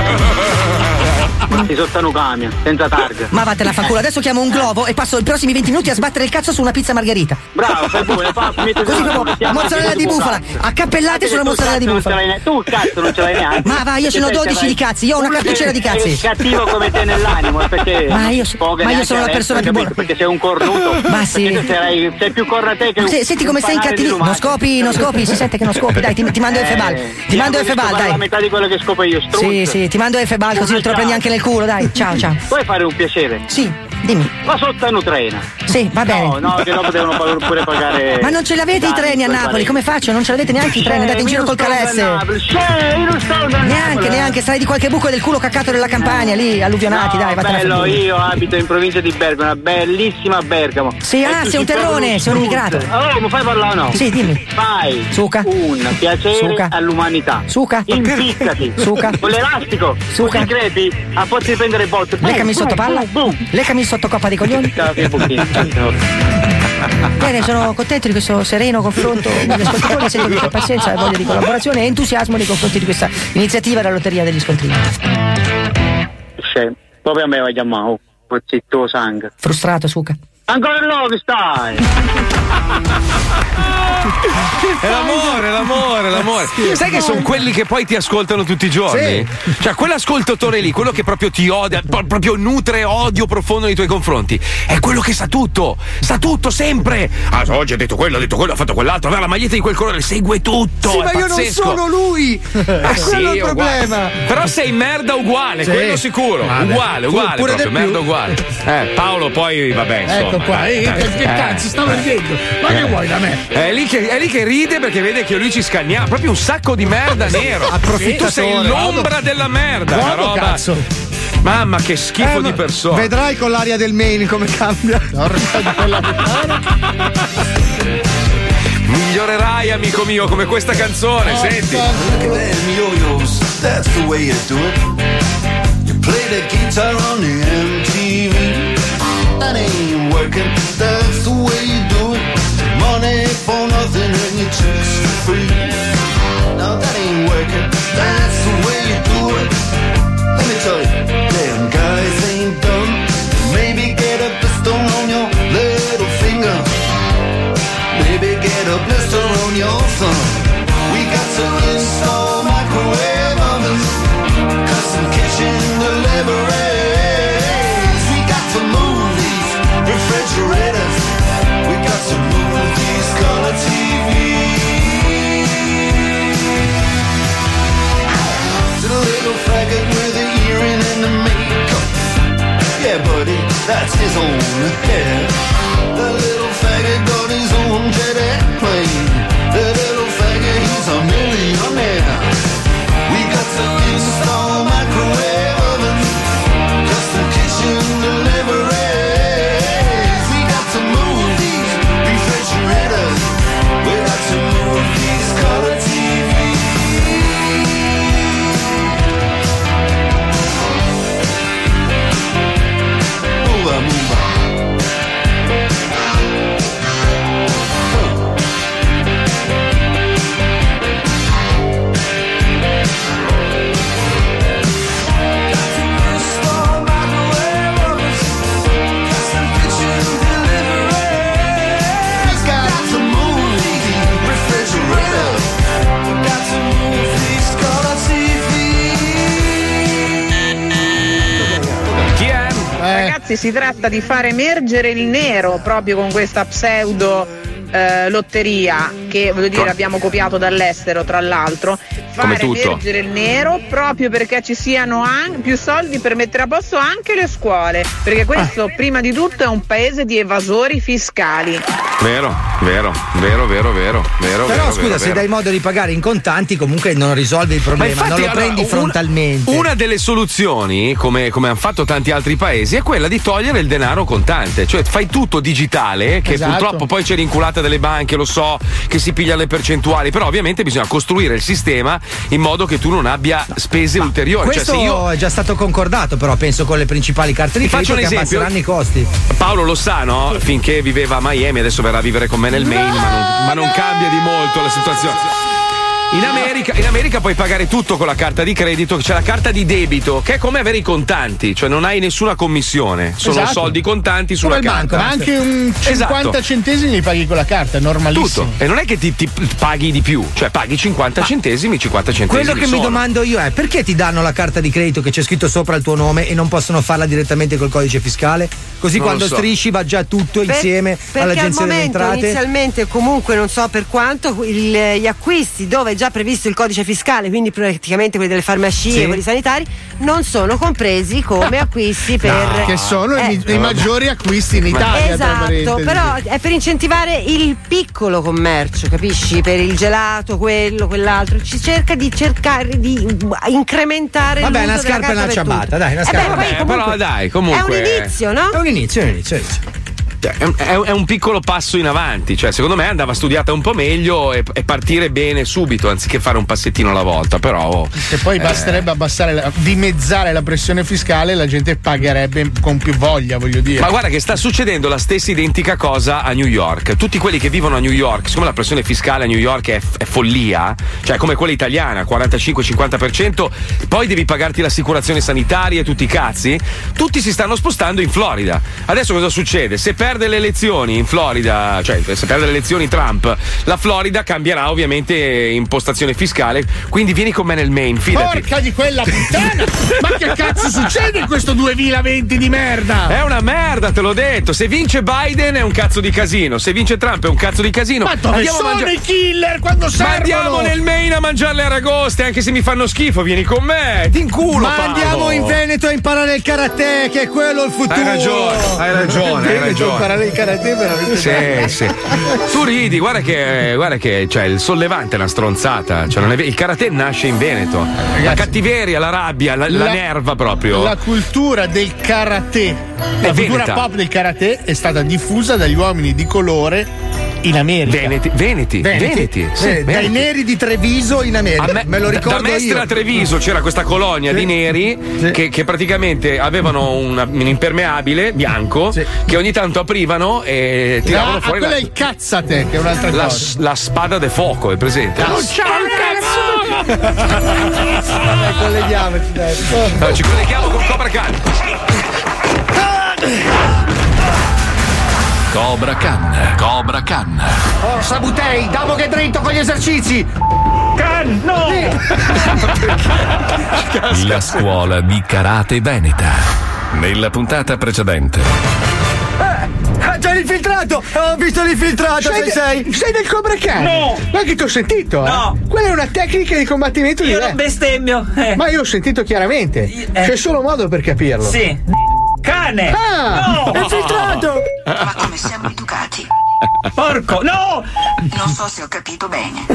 Ti sottano camion, senza targa. Ma vattene a fa culo, adesso chiamo un globo e passo i prossimi 20 minuti a sbattere il cazzo su una pizza margherita. Bravo, fai pure, così proprio, mozzarella di bufala, accappellate sulla mozzarella di bufala. Tu cazzo non ce l'hai neanche. Ma va, io ce n'ho 12 di cazzi, io ho una cartucciera di cazzi. Sei cattivo come te nell'animo, perché ma io sono la persona più buona. Perché sei un cornuto. Ma sì. Sei più corrate che senti come sei incattivito. Non scopi, si sente che non scopi. Dai, ti mando Efebal. Ti mando Efebal, dai. La metà di quello che scopo io, struzzo. Sì, ti mando Efebal così te lo prendi anche nel culo, dai. Ciao. Puoi fare un piacere? Sì, dimmi. Ma sotto una trena. Sì, va bene. No, che dopo devono pure pagare. Ma non ce l'avete i treni a Napoli, come faccio? Non ce l'avete neanche i treni, andate in giro col calesse. Neanche, sarai di qualche buco del culo caccato della Campania, lì, alluvionati, dai, vattene. Bello, io abito in provincia di Bergamo, una bellissima Bergamo. Sì, sei un terrone, sei un immigrato. Oh, mi fai parlare o no? Sì, dimmi. Fai Suca. Un piacere all'umanità. Suca. Impiccati. Suca. Con l'elastico. Suca. Così crepi a forza di prendere botte. Leccami sotto palla. Leccami sotto coppa di coglioni. Bene, sono contento di questo sereno confronto con gli ascoltatori, sento che c'è pazienza e voglia di collaborazione e entusiasmo nei confronti di questa iniziativa della lotteria degli scontrini. Proprio a me va chiamato, zitto sangue. Frustrato, Suca. Ancora là che stai? È l'amore. l'amore. Sai che sono quelli che poi ti ascoltano tutti i giorni? Sì. Cioè, quell'ascoltatore lì, quello che proprio ti odia, proprio nutre odio profondo nei tuoi confronti, è quello che sa tutto sempre. Oggi ha detto quello, ha fatto quell'altro, aveva la maglietta di quel colore, segue tutto. Sì, ma io non sono lui. È quello il problema. Però sei merda uguale, quello sicuro. Uguale, pure proprio, merda uguale. Paolo, poi vabbè, insomma. Ecco qua, che cazzo stavo dicendo? Ma che vuoi da me? È lì che ride perché vede che lui ci scanniamo, proprio un sacco di merda nero. Tu sei l'ombra della merda, una roba. Cazzo. Mamma, che schifo di persona. Vedrai con l'aria del mail come cambia. Migliorerai, amico mio, come questa canzone, senti. That's the way you do it. You play the guitar on the MTV. That ain't working. That's the way you do it. Money for nothing and your chicks for free. Now that ain't working. That's the way you do it. Let me tell you, damn guys ain't dumb. Maybe get a pistol on your little finger. Maybe get a blister on your thumb. We got to install microwave ovens, custom kitchen deliveries. We got to move these refrigerators. We got to move these color TVs. To the little faggot with the earring and the makeup. Yeah, buddy, that's his own hair. The little faggot got his own jet airplane. The little faggot, he's a millionaire. We got to install microwave ovens, custom kitchen deliveries. We got to move these refrigerators. We got to move these color TVs. Move on, move on. Ragazzi, si tratta di far emergere il nero proprio con questa pseudo lotteria che, voglio dire, abbiamo copiato dall'estero, tra l'altro. Fare emergere il nero proprio perché ci siano più soldi per mettere a posto anche le scuole, perché questo prima di tutto è un paese di evasori fiscali. Vero. Però scusa, se dai modo di pagare in contanti comunque non risolvi il problema, infatti, non lo prendi frontalmente. Una delle soluzioni, come hanno fatto tanti altri paesi, è quella di togliere il denaro contante, cioè fai tutto digitale, che purtroppo poi c'è l'inculata delle banche, lo so, che si piglia le percentuali, però ovviamente bisogna costruire il sistema in modo che tu non abbia spese ulteriori. Questo è già stato concordato, però penso con le principali carte di credito che abbasseranno i costi. Paolo lo sa, no? Finché viveva a Miami, adesso verrà a vivere con me nel Maine, ma non cambia di molto la situazione. In America puoi pagare tutto con la carta di credito, c'è la carta di debito, che è come avere i contanti, cioè non hai nessuna commissione, sono soldi contanti sulla carta. Ma anche un 50 centesimi li paghi con la carta, normalissimo. Tutto. E non è che ti paghi di più, cioè paghi 50 centesimi. Quello che mi domando io è: perché ti danno la carta di credito che c'è scritto sopra il tuo nome e non possono farla direttamente col codice fiscale? Così non quando strisci va già tutto insieme all'agenzia delle entrate. Perché inizialmente comunque non so per quanto gli acquisti dove è già previsto il codice fiscale, quindi praticamente quelli delle farmacie, quelli sanitari, non sono compresi come acquisti per che sono i maggiori acquisti in Italia. Esatto, però è per incentivare il piccolo commercio, capisci? Per il gelato, quell'altro, ci cerca di incrementare vabbè, il una scarpa e una ciabatta, dai, una scarpa. Però dai, comunque è un inizio, no? È un inizio. È un piccolo passo in avanti, cioè secondo me andava studiata un po' meglio e partire bene subito anziché fare un passettino alla volta, però e poi basterebbe dimezzare la pressione fiscale e la gente pagherebbe con più voglia, voglio dire. Ma guarda che sta succedendo la stessa identica cosa a New York. Tutti quelli che vivono a New York, siccome la pressione fiscale a New York è follia, cioè come quella italiana, 45-50%, poi devi pagarti l'assicurazione sanitaria e tutti i cazzi, tutti si stanno spostando in Florida. Adesso cosa succede? Se perde le elezioni in Florida, cioè se perde le elezioni Trump, la Florida cambierà ovviamente impostazione fiscale, quindi vieni con me nel Maine, fidati. Porca di quella puttana! Ma che cazzo succede in questo 2020 di merda? È una merda, te l'ho detto. Se vince Biden è un cazzo di casino, se vince Trump è un cazzo di casino. Ma dove sono i killer quando servono? Ma andiamo nel Maine a mangiare le aragoste, anche se mi fanno schifo, vieni con me, ti inculo. Ma andiamo in Veneto a imparare il karate, che è quello il futuro. Hai ragione. Imparare il karate veramente. Sì. Tu ridi, guarda che cioè, il sollevante è una stronzata. Cioè, il karate nasce in Veneto. Ragazzi, la cattiveria, la rabbia, la nerva proprio. La cultura del karate, la cultura pop del karate è stata diffusa dagli uomini di colore in America. Veneti. Sì, dai neri di Treviso in America. Me lo ricordo da Mestre io. a Treviso c'era questa colonia di neri che praticamente avevano un impermeabile bianco che ogni tanto aprivano e tiravano fuori. Quella è il cazzate, che è un'altra cosa. La spada de fuoco, è presente? Non c'è un cazzo! Colleghiamoci dai. No, ci colleghiamo con Cobra Khan. Cobra Khan. Oh, Sabutei, dopo che dritto con gli esercizi. Khan, no! La scuola di karate veneta. Nella puntata precedente. C'è l'infiltrato! Ho visto l'infiltrato, sei del Cobra Khan? No! Ma che ti ho sentito? No! Quella è una tecnica di combattimento io diversa. non bestemmio. Ma io ho sentito chiaramente. C'è solo modo per capirlo. Sì. Cane! No! È infiltrato! Ma come siamo educati? Porco! No! Non so se ho capito bene.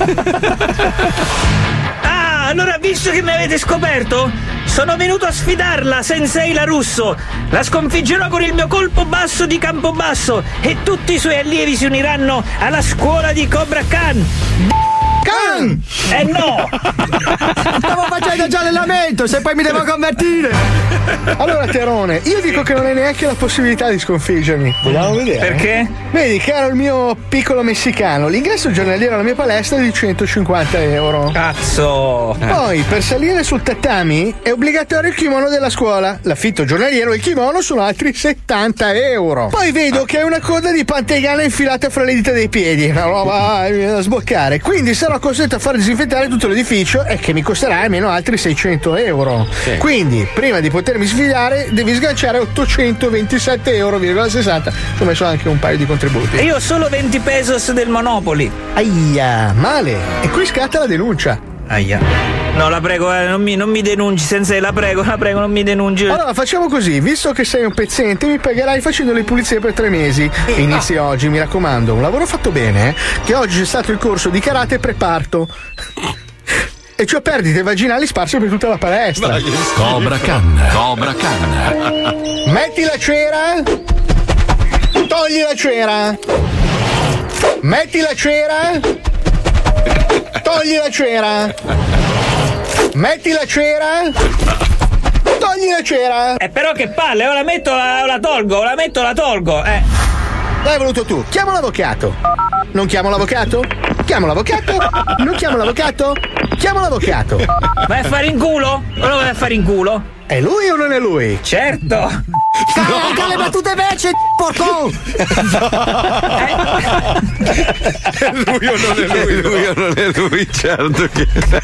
Ah, allora visto che mi avete scoperto, sono venuto a sfidarla, Sensei La Russo. La sconfiggerò con il mio colpo basso di Campobasso e tutti i suoi allievi si uniranno alla scuola di Cobra Khan. Khan! No! Stavo facendo già l'allenamento, se poi mi devo convertire! Allora, Terone, io dico che non hai neanche la possibilità di sconfiggermi. Vogliamo vedere? Perché? Vedi, caro il mio piccolo messicano, l'ingresso giornaliero alla mia palestra è di 150 euro. Cazzo! Poi, per salire sul tatami è obbligatorio il kimono della scuola. L'affitto giornaliero e il kimono sono altri 70 euro. Poi vedo che hai una coda di pantegana infilata fra le dita dei piedi. Una roba mi viene da sboccare. Quindi sarò costretto a far disinfettare tutto l'edificio e che mi costerà almeno altri 600 euro. Sì. Quindi, prima di potermi sfidare, devi sganciare 827,60 euro. Ci ho messo anche un paio di contributi. E io ho solo 20 pesos del Monopoli. Aia, male. E qui scatta la denuncia. Aia. No, la prego, non mi denunci, Sensei, la prego, non mi denunci. Allora, facciamo così, visto che sei un pezzente, mi pagherai facendo le pulizie per 3 mesi. Inizi oggi, mi raccomando, un lavoro fatto bene, che oggi c'è stato il corso di karate preparto. E c'ho perdite vaginali sparse per tutta la palestra. Cobra Khan. Metti la cera. Togli la cera. Metti la cera. Togli la cera. Metti la cera. Togli la cera. Però che palle, o la metto o la tolgo, L'hai voluto tu. Chiamo l'avvocato. Non chiamo l'avvocato? Chiamo l'avvocato? Non chiamo l'avvocato? Chiamo l'avvocato. Vai a fare in culo? O lo vai a fare in culo? È lui o non è lui? Certo! Anche le battute vecchie, porco! È lui o non è lui? Lui o non è lui, certo che.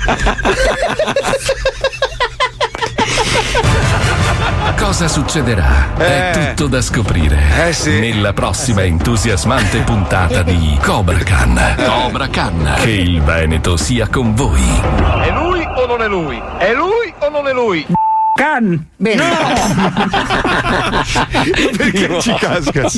Cosa succederà? È tutto da scoprire nella prossima entusiasmante puntata di Cobra Khan. Che il Veneto sia con voi. È lui o non è lui? È lui o non è lui? Khan! Bene. No! Perché ci casca?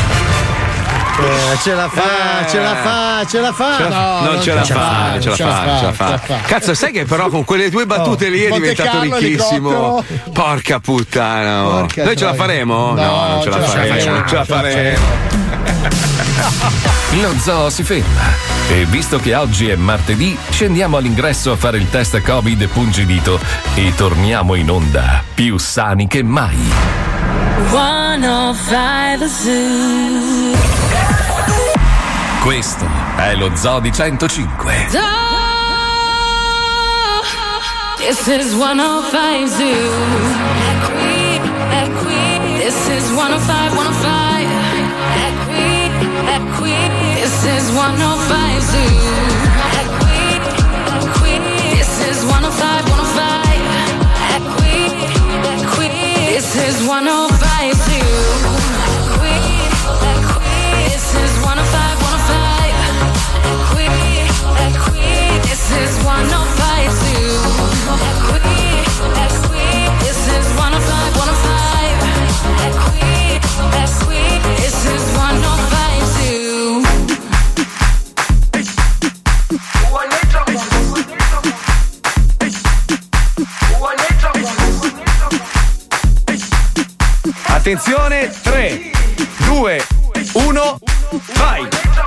Ce la fa. No, non ce la fa. Cazzo, sai che però con quelle due battute lì è diventato ricchissimo. Porca puttana. Noi ce la faremo? No, non ce la faremo. Lo zoo si ferma. E visto che oggi è martedì, scendiamo all'ingresso a fare il test Covid pungidito e torniamo in onda più sani che mai. 105 Zoo. Questo è lo Zoo di 105. This is 105 Zoo. This is 105, 105. This is 105 Zoo. This is 105, 105. This is 105 Zoo. This is 105, 105. This is 105 Zoo. This is 105, 105. This is 105 Zoo. Attenzione, 3, 2, 1, vai!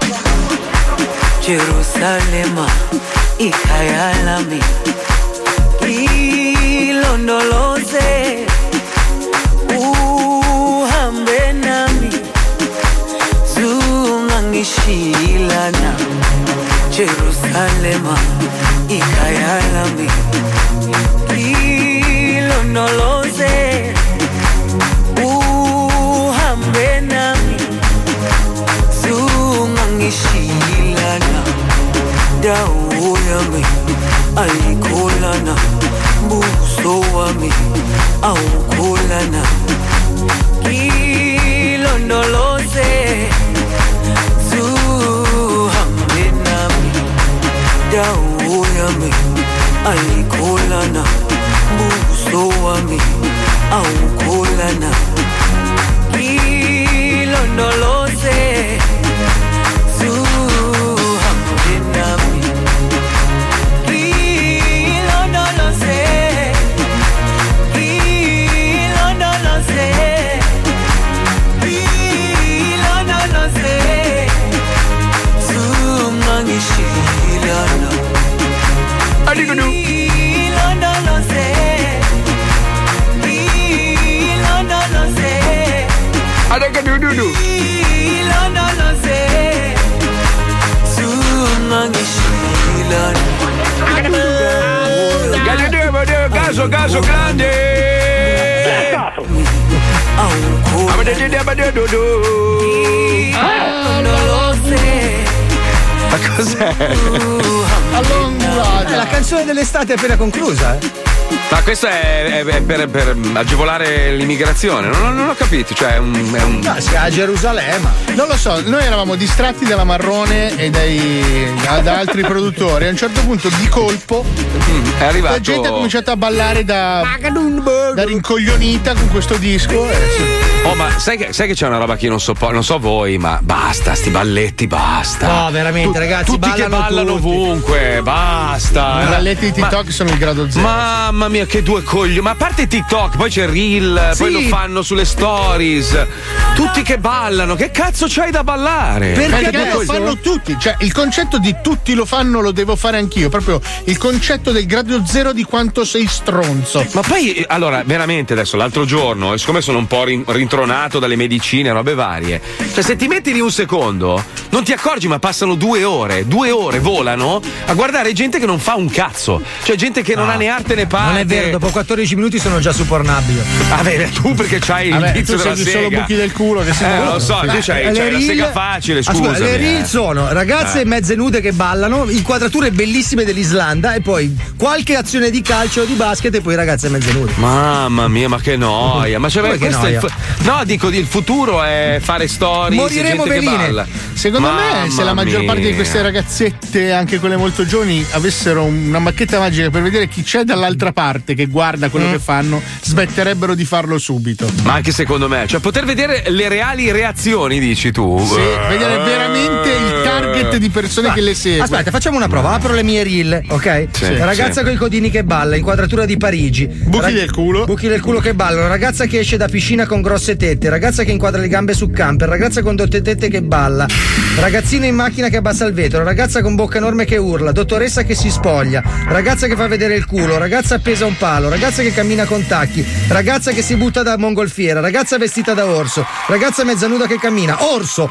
Jerusalema, ikhaya lami, ilondoloze, uhambe nami, zungangishilana. Jerusalema, ikhaya lami, ilondoloze, uhambe nami, zungangishilana. Dawo yami ayikholana, buso wami awukholana. Ilondoloze, zuhambe nami. Dawo yami ayikholana, buso wami awukholana. Ilondoloze, zuhambe nami. Ilondoloze, ilondoloze, ilondoloze, zungangishilana. Adigunu. Ilondoloze, ilondoloze, Adagadududu. ilondoloze, zungangishilana. Caso grande. Ma cos'è? È la canzone dell'estate appena conclusa. Ma questo è per agevolare l'immigrazione, non ho capito, cioè è un... No, si è a Gerusalemme. Non lo so, noi eravamo distratti dalla Marrone e da altri produttori. A un certo punto, di colpo, è arrivato. la gente ha cominciato a ballare da rincoglionita con questo disco. Oh, ma sai che c'è una roba che io non so voi, ma basta, sti balletti, basta. No, veramente, ragazzi, tutti che ballano tutti. ovunque, basta. I balletti di TikTok sono il grado zero. Mamma mia, che due coglioni. Ma a parte TikTok, poi c'è il Reel, Sì. poi lo fanno sulle stories. Tutti che ballano, che cazzo c'hai da ballare? Perché lo fanno tutti, cioè il concetto di tutti lo fanno lo devo fare anch'io, proprio il concetto del grado zero di quanto sei stronzo. Ma poi, allora, veramente adesso, l'altro giorno, siccome sono un po' rintronato dalle medicine, robe varie, cioè se ti metti lì un secondo, non ti accorgi, ma passano 2 ore, volano a guardare gente che non fa un cazzo, cioè gente che non ha né arte né parte. Non è vero, dopo 14 minuti sono già su Pornhub. Vabbè, tu perché c'hai il vizio della sega. solo buchi del culo che si lo so, tu c'hai la sega facile, scusa. Le reel sono ragazze mezze nude che ballano, inquadrature bellissime dell'Islanda e poi qualche azione di calcio o di basket e poi ragazze mezze nude. Mamma mia, ma che noia! Ma Come che noia? No, dico, il futuro è fare storie. Moriremo gente che veline. balla. Secondo me, se la maggior parte di mia. queste ragazzette, anche quelle molto giovani, avessero una bacchetta magica per vedere chi c'è dall'altra parte che guarda quello che fanno, smetterebbero di farlo subito. Ma anche secondo me, cioè poter vedere le reali reazioni, dici tu. Sì, vedere veramente il target di persone che le seguono. Aspetta, facciamo una prova. Apro le mie reel, ok? Sì, ragazza sì. con i codini che balla, inquadratura di Parigi. Buchi del culo. Buchi del culo che ballano. Ragazza che esce da piscina con grosse tette. Ragazza che inquadra le gambe su camper. Ragazza con dotte tette che balla. Ragazzino in macchina che abbassa il vetro. Ragazza con bocca enorme che urla. Dottoressa che si spoglia. Ragazza che fa vedere il culo. Ragazza appesa a un palo. Ragazza che cammina con tacchi. Ragazza che si butta da mongolfiera. Ragazza vestita da orso. Ragazza mezza nuda che cammina. Orso,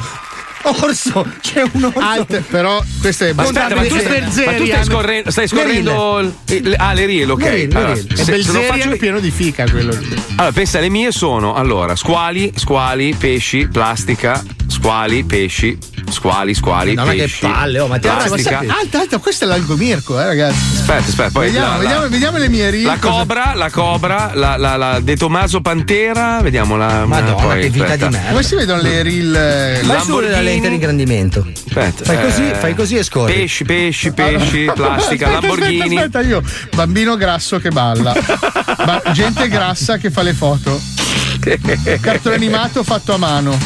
c'è un orso. Però questo è Aspetta, ma tu stai scorrendo le reel, ok? Le reel. Allora, È se lo Belzerian faccio pieno di fica quello. Allora, pensa, le mie sono squali, pesci, plastica, squali, pesci, Squali, no, pesci. Ma che palle, ma ti plastica. Alta, questo è l'algomirco, ragazzi. Aspetta, poi vediamo le mie reel. La cobra, la De Tomaso Pantera, vediamo la. Madonna, poi, che vita di merda. Come si vedono le reel? Vai su la lente di ingrandimento. Aspetta, fai così e scorri. Pesci, plastica, Lamborghini. Aspetta, io bambino grasso che balla. Gente grassa che fa le foto. Cartone animato fatto a mano.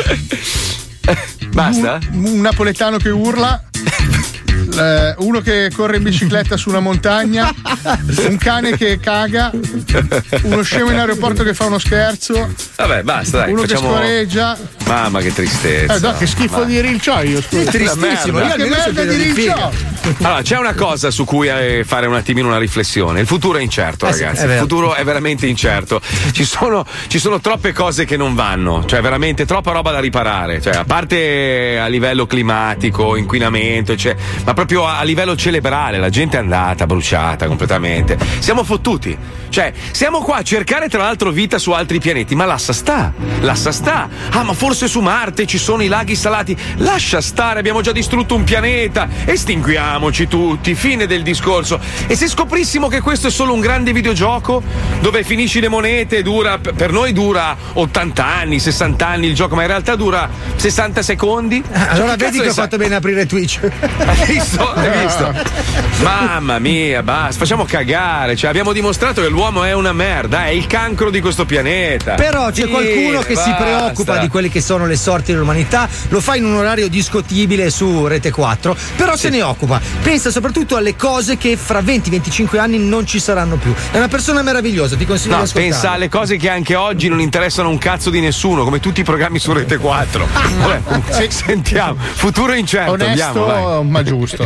Basta? Un napoletano che urla. Uno che corre in bicicletta su una montagna, un cane che caga, uno scemo in aeroporto che fa uno scherzo. Vabbè, basta, dai. Uno che scorreggia. Mamma, che tristezza. No, che schifo di reel c'ho io. È tristissimo. Che merda di reel c'ho. Allora, c'è una cosa su cui fare un attimino una riflessione. Il futuro è incerto, ragazzi. Il futuro è veramente incerto. Ci sono troppe cose che non vanno, cioè veramente troppa roba da riparare. Cioè, a parte a livello climatico, inquinamento, ma proprio a livello cerebrale, la gente è andata bruciata completamente. Siamo fottuti. Cioè, siamo qua a cercare tra l'altro vita su altri pianeti, ma l'assa sta. Ah, ma forse su Marte ci sono i laghi salati. Lascia stare, abbiamo già distrutto un pianeta. Estinguiamoci tutti, fine del discorso. E se scoprissimo che questo è solo un grande videogioco dove finisci le monete, per noi dura 80 anni, 60 anni il gioco, ma in realtà dura 60 secondi? Allora vedi che ho fatto bene aprire Twitch. Hai visto? Mamma mia, basta, facciamo cagare. Cioè, abbiamo dimostrato che l'uomo è una merda, è il cancro di questo pianeta. Però c'è qualcuno che si preoccupa di quelle che sono le sorti dell'umanità, lo fa in un orario discutibile su Rete 4, però se ne occupa. Pensa soprattutto alle cose che fra 20-25 anni non ci saranno più. È una persona meravigliosa, ti consiglio di ascoltare. Pensa alle cose che anche oggi non interessano un cazzo di nessuno, come tutti i programmi su Rete 4. Vabbè, sentiamo. Futuro incerto. Onesto, andiamo, vai. Ma giusto.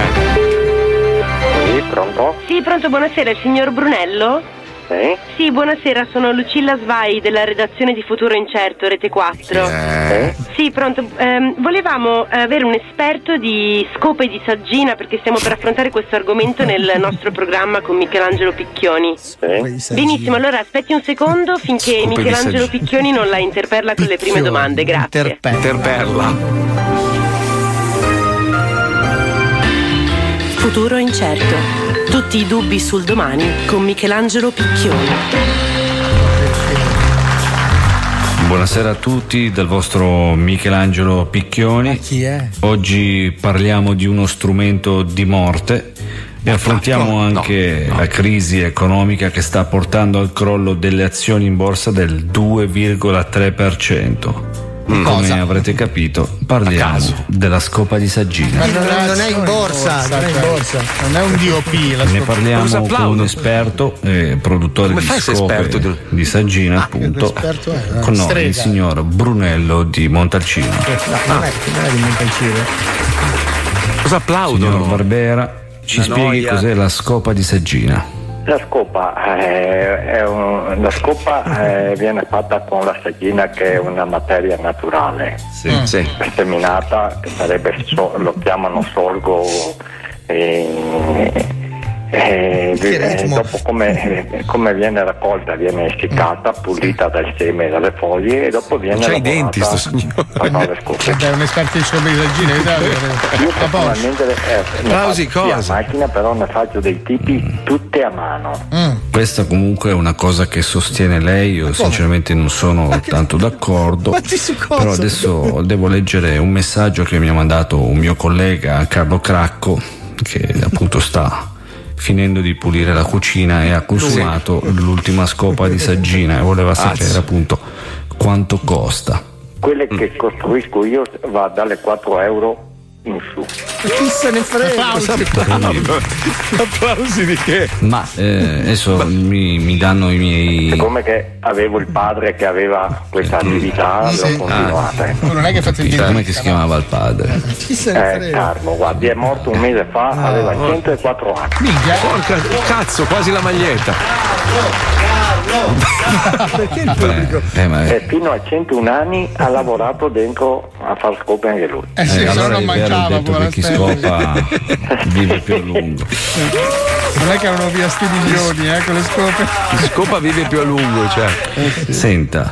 Sì, pronto? Sì, pronto, buonasera, il signor Brunello? Sì? Sì, buonasera, sono Lucilla Svai della redazione di Futuro Incerto, Rete 4. Sì, pronto, volevamo avere un esperto di scopa e di saggina perché stiamo per affrontare questo argomento nel nostro programma con Michelangelo Picchioni. Sì? Benissimo, allora aspetti un secondo finché Scopa Michelangelo Picchioni non la interperla con le prime domande, grazie. Interperla. Futuro Incerto. Tutti i dubbi sul domani con Michelangelo Picchioni. Buonasera a tutti dal vostro Michelangelo Picchioni. Chi è? Oggi parliamo di uno strumento di morte e affrontiamo anche la crisi economica che sta portando al crollo delle azioni in borsa del 2,3%. Come avrete capito, parliamo della scopa di saggina. Ma non è in borsa, non è in borsa. Non è un DOP. Ne parliamo con un esperto, produttore di scope di saggina, appunto, con noi il signor Brunello di Montalcino. Non è di Montalcino. Cosa applaudono? Signor Barbera, ci spieghi cos'è la scopa di saggina? La scopa viene fatta con la saggina, che è una materia naturale, seminata, che sarebbe lo chiamano sorgo. Dopo come viene raccolta, viene essiccata, pulita dal seme e dalle foglie, e dopo viene c'ha i denti sto signore. È un esperto di scopa di saggina. Io personalmente a macchina, però ne faccio dei tipi tutte a mano. Questa comunque è una cosa che sostiene lei. Io sinceramente non sono tanto d'accordo, però adesso devo leggere un messaggio che mi ha mandato un mio collega, Carlo Cracco, che appunto sta finendo di pulire la cucina e ha consumato l'ultima scopa di saggina e voleva sapere appunto quanto costa. Quelle che costruisco io va dalle 4 euro in su. Chi se ne frega? Applausi di che? Ma adesso mi danno i miei. Siccome che avevo il padre che aveva questa attività, l'ho continuata. Non è che fate il come si chiamava il padre? Chi se ne frega? Carlo, guardi, è morto un mese fa, aveva 104 anni. Porca cazzo, quasi la maglietta. Perché il pubblico? E fino a 101 anni ha lavorato dentro a far scope anche lui. Allora non mancava, che chi scopa vive più a lungo. Non è che erano via sti milioni, con le scope. Chi scopa vive più a lungo, cioè. Senta,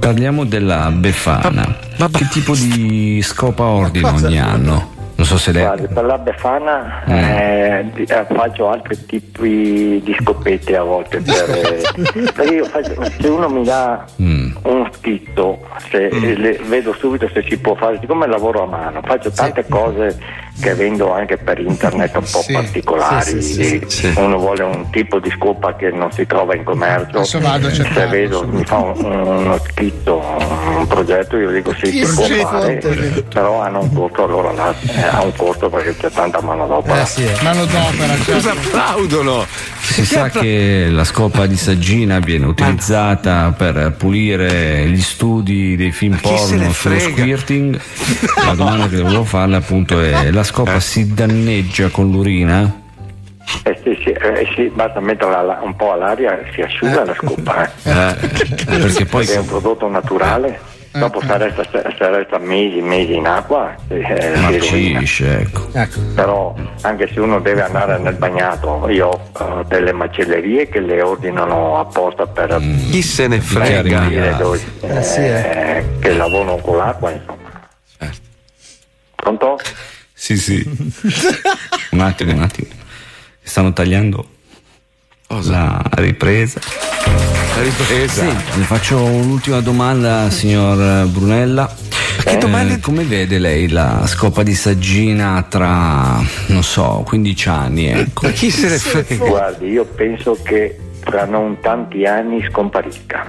Parliamo della Befana. Che tipo di scopa ordina ogni anno? Non so se lei. Guardi, per la Befana faccio altri tipi di scopette a volte perché io se uno mi dà un schizzo vedo subito se si può fare, siccome lavoro a mano faccio tante cose che vendo anche per internet un po' particolari. Uno vuole un tipo di scopa che non si trova in commercio, se vedo mi fa uno schizzo, un progetto, io dico sì, si può fare, però hanno un costo, allora ha un costo perché c'è tanta manodopera. Manodopera, cosa applaudono? Si sa che la scopa di saggina viene utilizzata per pulire gli studi dei film porno sullo squirting. La domanda che volevo farle appunto è: la scopa si danneggia con l'urina? Sì, basta metterla un po' all'aria, si asciuga la scopa. Perché poi è un prodotto naturale. Dopo se resta mesi in acqua marcisce, ecco. Però anche se uno deve andare nel bagnato, io ho delle macellerie che le ordinano apposta per chi se ne frega che lavorano con l'acqua, insomma. Pronto? Sì. un attimo stanno tagliando la ripresa. Sì, le faccio un'ultima domanda, signor Brunella. Che domanda? Come vede lei la scopa di saggina tra, non so, 15 anni? Ecco. Ma chi se ne frega? Guardi, io penso che tra non tanti anni scomparisca.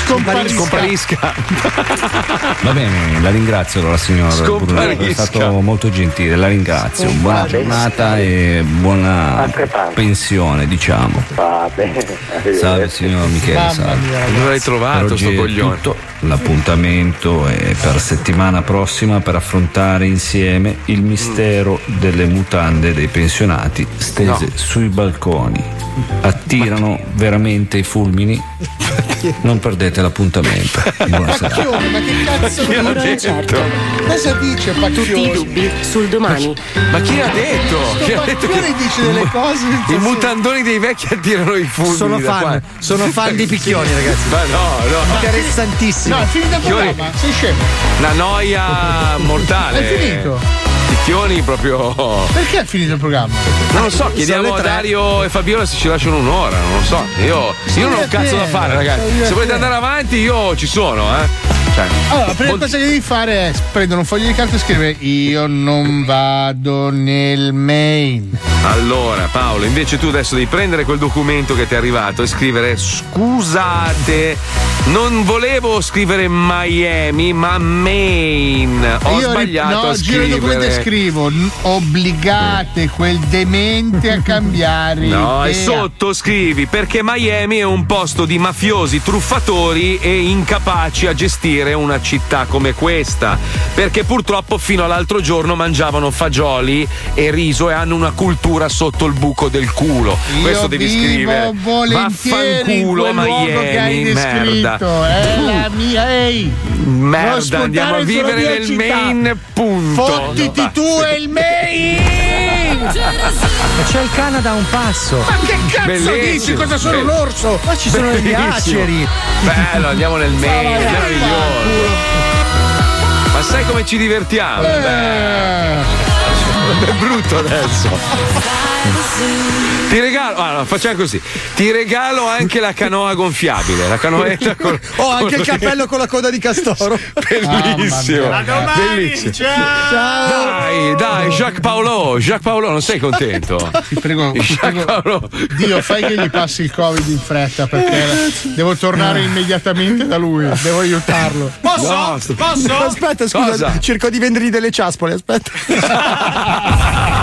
Va bene, la ringrazio allora, signor Brunello, è stato molto gentile, la ringrazio. Buona giornata e buona pensione, diciamo. Va bene. Salve signor Michele, salve. Dove l'hai trovato sto coglione? L'appuntamento è per settimana prossima per affrontare insieme il mistero delle mutande dei pensionati stese sui balconi. Attirano veramente i fulmini? Non perdete l'appuntamento. Buonasera. Ma che cazzo cosa dice Pacchioni? Tutti i dubbi sul domani. Ma chi ha detto? Pacchioni dice delle cose. I mutandoni dei vecchi attirano i fulmini. Sono fan di Picchioni, ragazzi. Ma no. Interessantissimo. No, è finito il programma, sei scemo. Una noia mortale. È finito. Picchioni proprio. Perché è finito il programma? Non lo so, chiediamo a Dario e Fabiola se ci lasciano un'ora, non lo so. Io non ho un cazzo da fare, ragazzi. Se volete andare avanti, io ci sono, Allora, la prima cosa che devi fare è prendere un foglio di carta e scrivere: io non vado nel main. Allora, Paolo, invece tu adesso devi prendere quel documento che ti è arrivato e scrivere: scusate, non volevo scrivere Miami, ma Maine. Ho sbagliato a giro il documento e scrivo: obbligate quel demente a cambiare No, idea. e sotto scrivi: perché Miami è un posto di mafiosi, truffatori e incapaci a gestire una città come questa, perché purtroppo fino all'altro giorno mangiavano fagioli e riso e hanno una cultura sotto il buco del culo. Questo devi scrivere. Vaffanculo Miami, merda. È la mia merda, andiamo a vivere nel Maine, punto. Fottiti tu e il Maine. C'è il Canada a un passo. Ma che cazzo dici? Cosa sono un orso? Ma ci sono gli aceri. Bello, andiamo nel Maine, meraviglioso. Ma sai come ci divertiamo? È brutto adesso. Ti regalo, facciamo così. Ti regalo anche la canoa gonfiabile, la canoetta con. Anche il cappello con la coda di castoro. Bellissimo. A domani, bellissimo. ciao. Dai, Jacques Paolo, non sei contento? Ti prego, Dio, fai che gli passi il Covid in fretta, perché devo tornare immediatamente da lui, devo aiutarlo. Posso? Aspetta, scusa, cerco di vendergli delle ciaspole, aspetta.